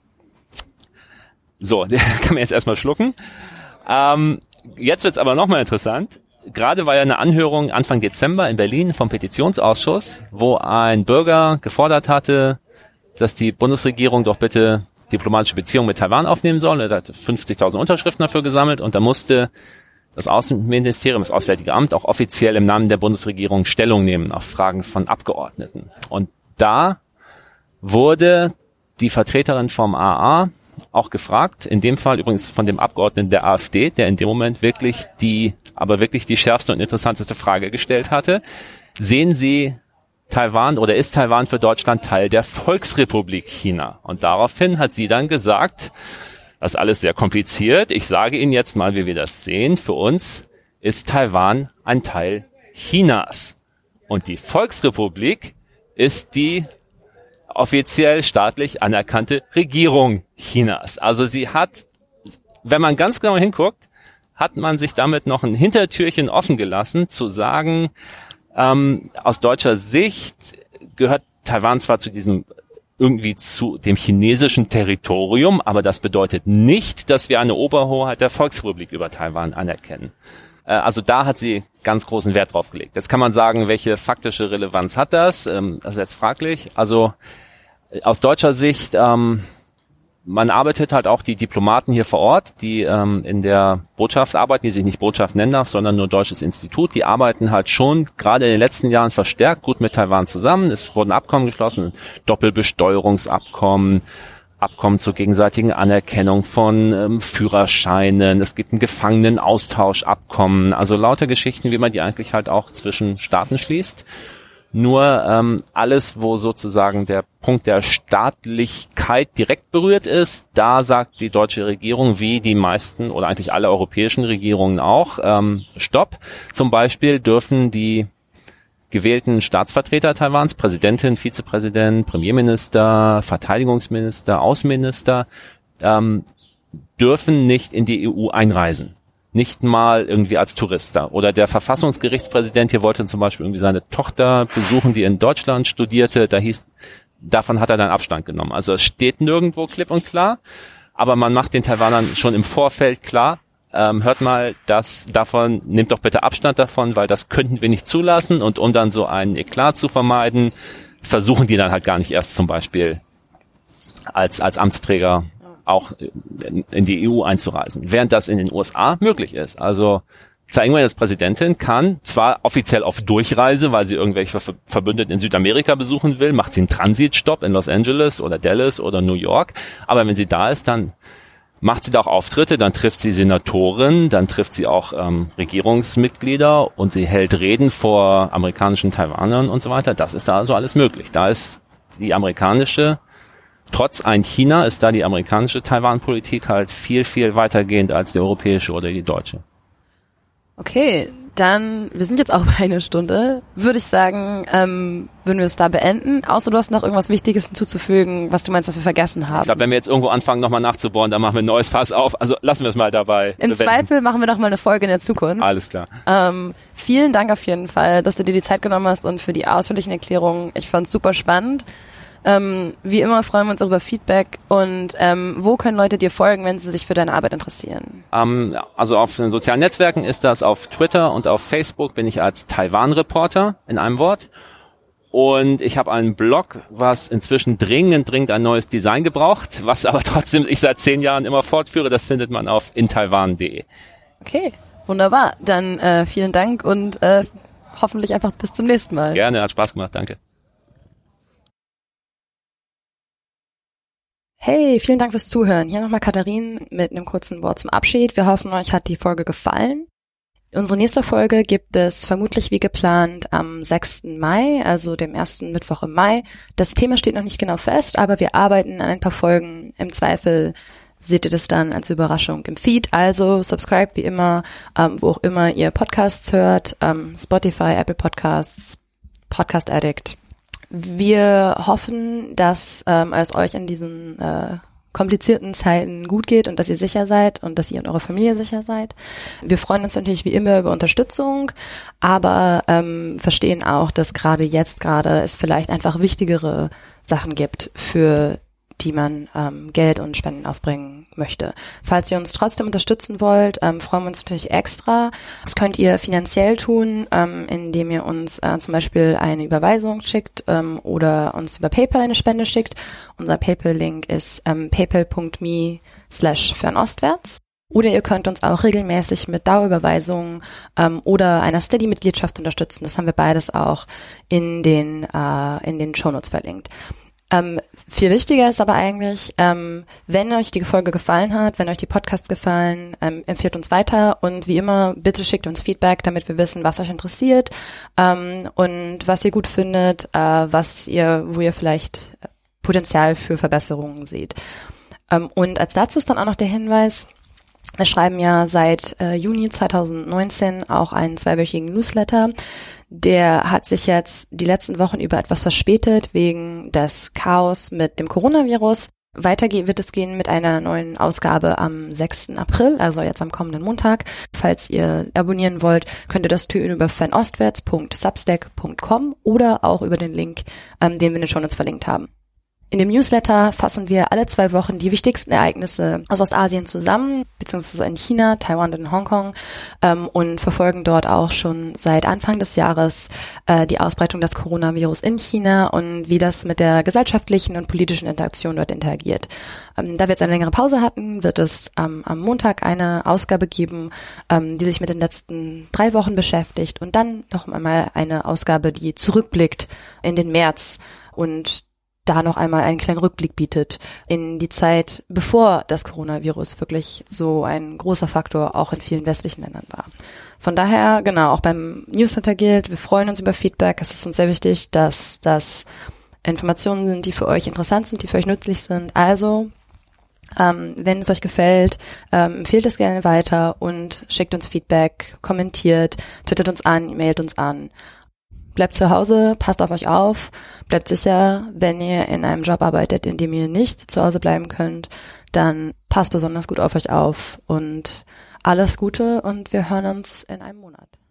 So, den kann man jetzt erstmal schlucken. Jetzt wird's aber nochmal interessant. Gerade war ja eine Anhörung Anfang Dezember in Berlin vom Petitionsausschuss, wo ein Bürger gefordert hatte, dass die Bundesregierung doch bitte diplomatische Beziehungen mit Taiwan aufnehmen soll. Er hat 50.000 Unterschriften dafür gesammelt, und da musste das Außenministerium, das Auswärtige Amt, auch offiziell im Namen der Bundesregierung Stellung nehmen auf Fragen von Abgeordneten. Und da wurde die Vertreterin vom AA auch gefragt, in dem Fall übrigens von dem Abgeordneten der AfD, der in dem Moment wirklich die schärfste und interessanteste Frage gestellt hatte: Sehen Sie Taiwan oder ist Taiwan für Deutschland Teil der Volksrepublik China? Und daraufhin hat sie dann gesagt, das ist alles sehr kompliziert, ich sage Ihnen jetzt mal, wie wir das sehen. Für uns ist Taiwan ein Teil Chinas. Und die Volksrepublik ist die offiziell staatlich anerkannte Regierung Chinas. Also sie hat, wenn man ganz genau hinguckt, hat man sich damit noch ein Hintertürchen offen gelassen, zu sagen, aus deutscher Sicht gehört Taiwan zwar zu dem chinesischen Territorium, aber das bedeutet nicht, dass wir eine Oberhoheit der Volksrepublik über Taiwan anerkennen. Also da hat sie ganz großen Wert drauf gelegt. Jetzt kann man sagen, welche faktische Relevanz hat das? Das ist jetzt fraglich. Also aus deutscher Sicht, man arbeitet halt auch die Diplomaten hier vor Ort, die in der Botschaft arbeiten, die sich nicht Botschaft nennen darf, sondern nur Deutsches Institut. Die arbeiten halt schon gerade in den letzten Jahren verstärkt gut mit Taiwan zusammen. Es wurden Abkommen geschlossen, Doppelbesteuerungsabkommen, Abkommen zur gegenseitigen Anerkennung von Führerscheinen. Es gibt ein Gefangenenaustauschabkommen. Also lauter Geschichten, wie man die eigentlich halt auch zwischen Staaten schließt. Nur alles, wo sozusagen der Punkt der Staatlichkeit direkt berührt ist, da sagt die deutsche Regierung, wie die meisten oder eigentlich alle europäischen Regierungen auch, Stopp. Zum Beispiel dürfen die gewählten Staatsvertreter Taiwans, Präsidentin, Vizepräsident, Premierminister, Verteidigungsminister, Außenminister, dürfen nicht in die EU einreisen. Nicht mal irgendwie als Tourist da. Oder der Verfassungsgerichtspräsident hier wollte zum Beispiel irgendwie seine Tochter besuchen, die in Deutschland studierte. Davon hat er dann Abstand genommen. Also es steht nirgendwo klipp und klar, aber man macht den Taiwanern schon im Vorfeld klar, hört mal, nehmt doch bitte Abstand davon, weil das könnten wir nicht zulassen. Und um dann so einen Eklat zu vermeiden, versuchen die dann halt gar nicht erst zum Beispiel als Amtsträger auch in die EU einzureisen, während das in den USA möglich ist. Also Tsai Ing-wen als Präsidentin kann zwar offiziell auf Durchreise, weil sie irgendwelche Verbündeten in Südamerika besuchen will, macht sie einen Transitstopp in Los Angeles oder Dallas oder New York, aber wenn sie da ist, dann macht sie da auch Auftritte, dann trifft sie Senatoren, dann trifft sie auch Regierungsmitglieder und sie hält Reden vor amerikanischen Taiwanern und so weiter. Das ist da also alles möglich. Da ist die amerikanische Trotz ein China ist da die amerikanische Taiwan-Politik halt viel, viel weitergehend als die europäische oder die deutsche. Okay, dann, wir sind jetzt auch bei einer Stunde, würde ich sagen, würden wir es da beenden. Außer du hast noch irgendwas Wichtiges hinzuzufügen, was du meinst, was wir vergessen haben. Ich glaube, wenn wir jetzt irgendwo anfangen, nochmal nachzubohren, dann machen wir ein neues Fass auf. Also lassen wir es mal dabei. Im Zweifel machen wir noch mal eine Folge in der Zukunft. Alles klar. Vielen Dank auf jeden Fall, dass du dir die Zeit genommen hast und für die ausführlichen Erklärungen. Ich fand es super spannend. Wie immer freuen wir uns auch über Feedback und wo können Leute dir folgen, wenn sie sich für deine Arbeit interessieren? Also auf den sozialen Netzwerken ist das auf Twitter und auf Facebook bin ich als Taiwan-Reporter in einem Wort. Und ich habe einen Blog, was inzwischen dringend ein neues Design gebraucht, was aber trotzdem ich seit 10 Jahren immer fortführe. Das findet man auf intaiwan.de. Okay, wunderbar. Dann vielen Dank und hoffentlich einfach bis zum nächsten Mal. Gerne, hat Spaß gemacht, danke. Hey, vielen Dank fürs Zuhören. Hier nochmal Katharin mit einem kurzen Wort zum Abschied. Wir hoffen, euch hat die Folge gefallen. Unsere nächste Folge gibt es vermutlich wie geplant am 6. Mai, also dem ersten Mittwoch im Mai. Das Thema steht noch nicht genau fest, aber wir arbeiten an ein paar Folgen. Im Zweifel seht ihr das dann als Überraschung im Feed. Also subscribe wie immer, wo auch immer ihr Podcasts hört, Spotify, Apple Podcasts, Podcast Addict. Wir hoffen, dass es euch in diesen komplizierten Zeiten gut geht und dass ihr sicher seid und dass ihr und eure Familie sicher seid. Wir freuen uns natürlich wie immer über Unterstützung, aber verstehen auch, dass gerade es vielleicht einfach wichtigere Sachen gibt, für die man Geld und Spenden aufbringen möchte. Falls ihr uns trotzdem unterstützen wollt, freuen wir uns natürlich extra. Das könnt ihr finanziell tun, indem ihr uns zum Beispiel eine Überweisung schickt oder uns über PayPal eine Spende schickt. Unser PayPal-Link ist paypal.me/fernostwärts. Oder ihr könnt uns auch regelmäßig mit Dauerüberweisungen oder einer Steady-Mitgliedschaft unterstützen. Das haben wir beides auch in den Shownotes verlinkt. Viel wichtiger ist aber eigentlich, wenn euch die Folge gefallen hat, wenn euch die Podcasts gefallen, empfehlt uns weiter und wie immer, bitte schickt uns Feedback, damit wir wissen, was euch interessiert und was ihr gut findet, wo ihr vielleicht Potenzial für Verbesserungen seht. Und als letztes dann auch noch der Hinweis, wir schreiben ja seit Juni 2019 auch einen 2-wöchigen Newsletter. Der hat sich jetzt die letzten Wochen über etwas verspätet wegen des Chaos mit dem Coronavirus. Weiter wird es gehen mit einer neuen Ausgabe am 6. April, also jetzt am kommenden Montag. Falls ihr abonnieren wollt, könnt ihr das tun über fernostwärts.substack.com oder auch über den Link, den wir in den Shownotes verlinkt haben. In dem Newsletter fassen wir alle 2 Wochen die wichtigsten Ereignisse aus Ostasien zusammen, beziehungsweise in China, Taiwan und in Hongkong, und verfolgen dort auch schon seit Anfang des Jahres die Ausbreitung des Coronavirus in China und wie das mit der gesellschaftlichen und politischen Interaktion dort interagiert. Da wir jetzt eine längere Pause hatten, wird es am Montag eine Ausgabe geben, die sich mit den letzten 3 Wochen beschäftigt und dann noch einmal eine Ausgabe, die zurückblickt in den März und da noch einmal einen kleinen Rückblick bietet in die Zeit, bevor das Coronavirus wirklich so ein großer Faktor auch in vielen westlichen Ländern war. Von daher, genau, auch beim Newsletter gilt, wir freuen uns über Feedback. Es ist uns sehr wichtig, dass das Informationen sind, die für euch interessant sind, die für euch nützlich sind. Also, wenn es euch gefällt, empfehlt es gerne weiter und schickt uns Feedback, kommentiert, twittert uns an, mailt uns an. Bleibt zu Hause, passt auf euch auf, bleibt sicher. Wenn ihr in einem Job arbeitet, in dem ihr nicht zu Hause bleiben könnt, dann passt besonders gut auf euch auf und alles Gute und wir hören uns in einem Monat.